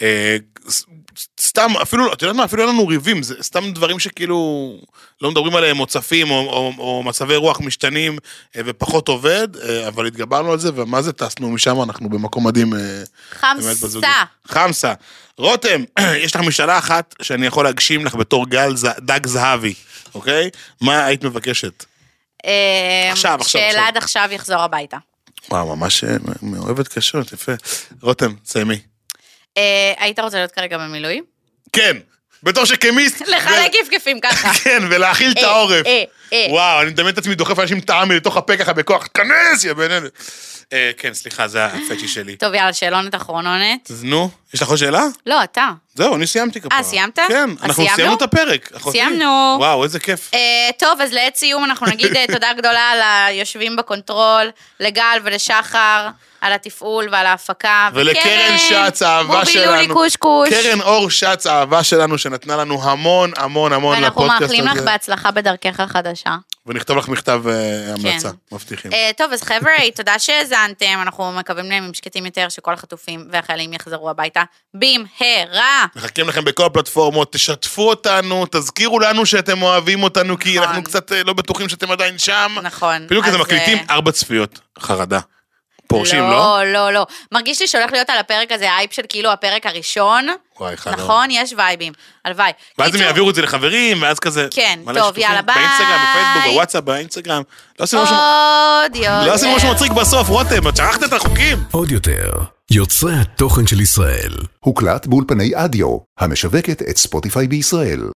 סתם, אפילו, אתה יודעת מה, אפילו אין לנו ריבים, זה סתם דברים שכאילו לא מדברים עליהם, מוצפים, או מצבי רוח משתנים, ופחות עובד, אבל התגברנו על זה, ומה זה טסנו משם, אנחנו במקום מדהים. חמסה. רותם, יש לך משאלה אחת, שאני יכול להגשים לך בתור דג זהבי, אוקיי? מה היית מבקשת? עכשיו. שאלעד עכשיו יחזור הביתה. וואו, ממש מאוהבת קשות, יפה. רותם, סיימי. היית רוצה להיות כרגע במילואים? כן, בתור שכמיסט. לחלק כפכפים ככה. כן, ולהאכיל את העורף. וואו, אני מדמיין את עצמי דוחף אנשים טעמי לתוך הפה ככה בכוח, כנס, יא בן אלה. כן, סליחה, זה הפצ'י שלי. טוב, יאללה, שאלונת אחרונות. נו, יש לך עוד שאלה? לא, אתה. זהו, אני סיימתי כפרה. סיימת? כן, אנחנו סיימנו את הפרק. סיימנו. וואו, איזה כיף. טוב, אז לעת סיום אנחנו נגיד תודה גדולה ליושבים בקונטרול, לגל ולשחר, על התפעול ועל ההפקה. ולקרן שץ, האהבה שלנו. בובי לולי קושקוש. קרן אור שץ, האהבה שלנו, שנתנה לנו המון המון המון לפודקאסט הזה. ואנחנו מאחלים לך בהצלחה בדרכך החדשה. ונכתוב לך מכתב המלצה, מבטיחים. טוב, אז חבר'ה, תודה שהזנתם, אנחנו מקווים להם עם שקטים יותר, שכל החטופים והחיילים יחזרו הביתה במהרה. מחכים לכם בכל הפלטפורמות, תשתפו אותנו, תזכירו לנו שאתם אוהבים אותנו, כי אנחנו קצת לא בטוחים שאתם עדיין שם. נכון. אפילו כזה מקליטים 4 צפיות, חרדה. פורשים, לא? לא. מרגיש לי שהולך להיות על הפרק הזה, האייפ של כאילו הפרק הראשון. וואי, חלום. נכון, יש וייבים. הלוואי. ואז הם יעבירו את זה לחברים, ואז כזה... כן, טוב, יאללה, ביי. באינסטגרם, בפייסבוק, בוואטסאפ, באינסטגרם. לא עשינו משהו מצחיק בסוף, רותם, את שכחת את החוקים. עוד יותר, יוצרי התוכן של ישראל. הוקלט באולפני אדיו, המשווקת את ספוטיפיי בישראל.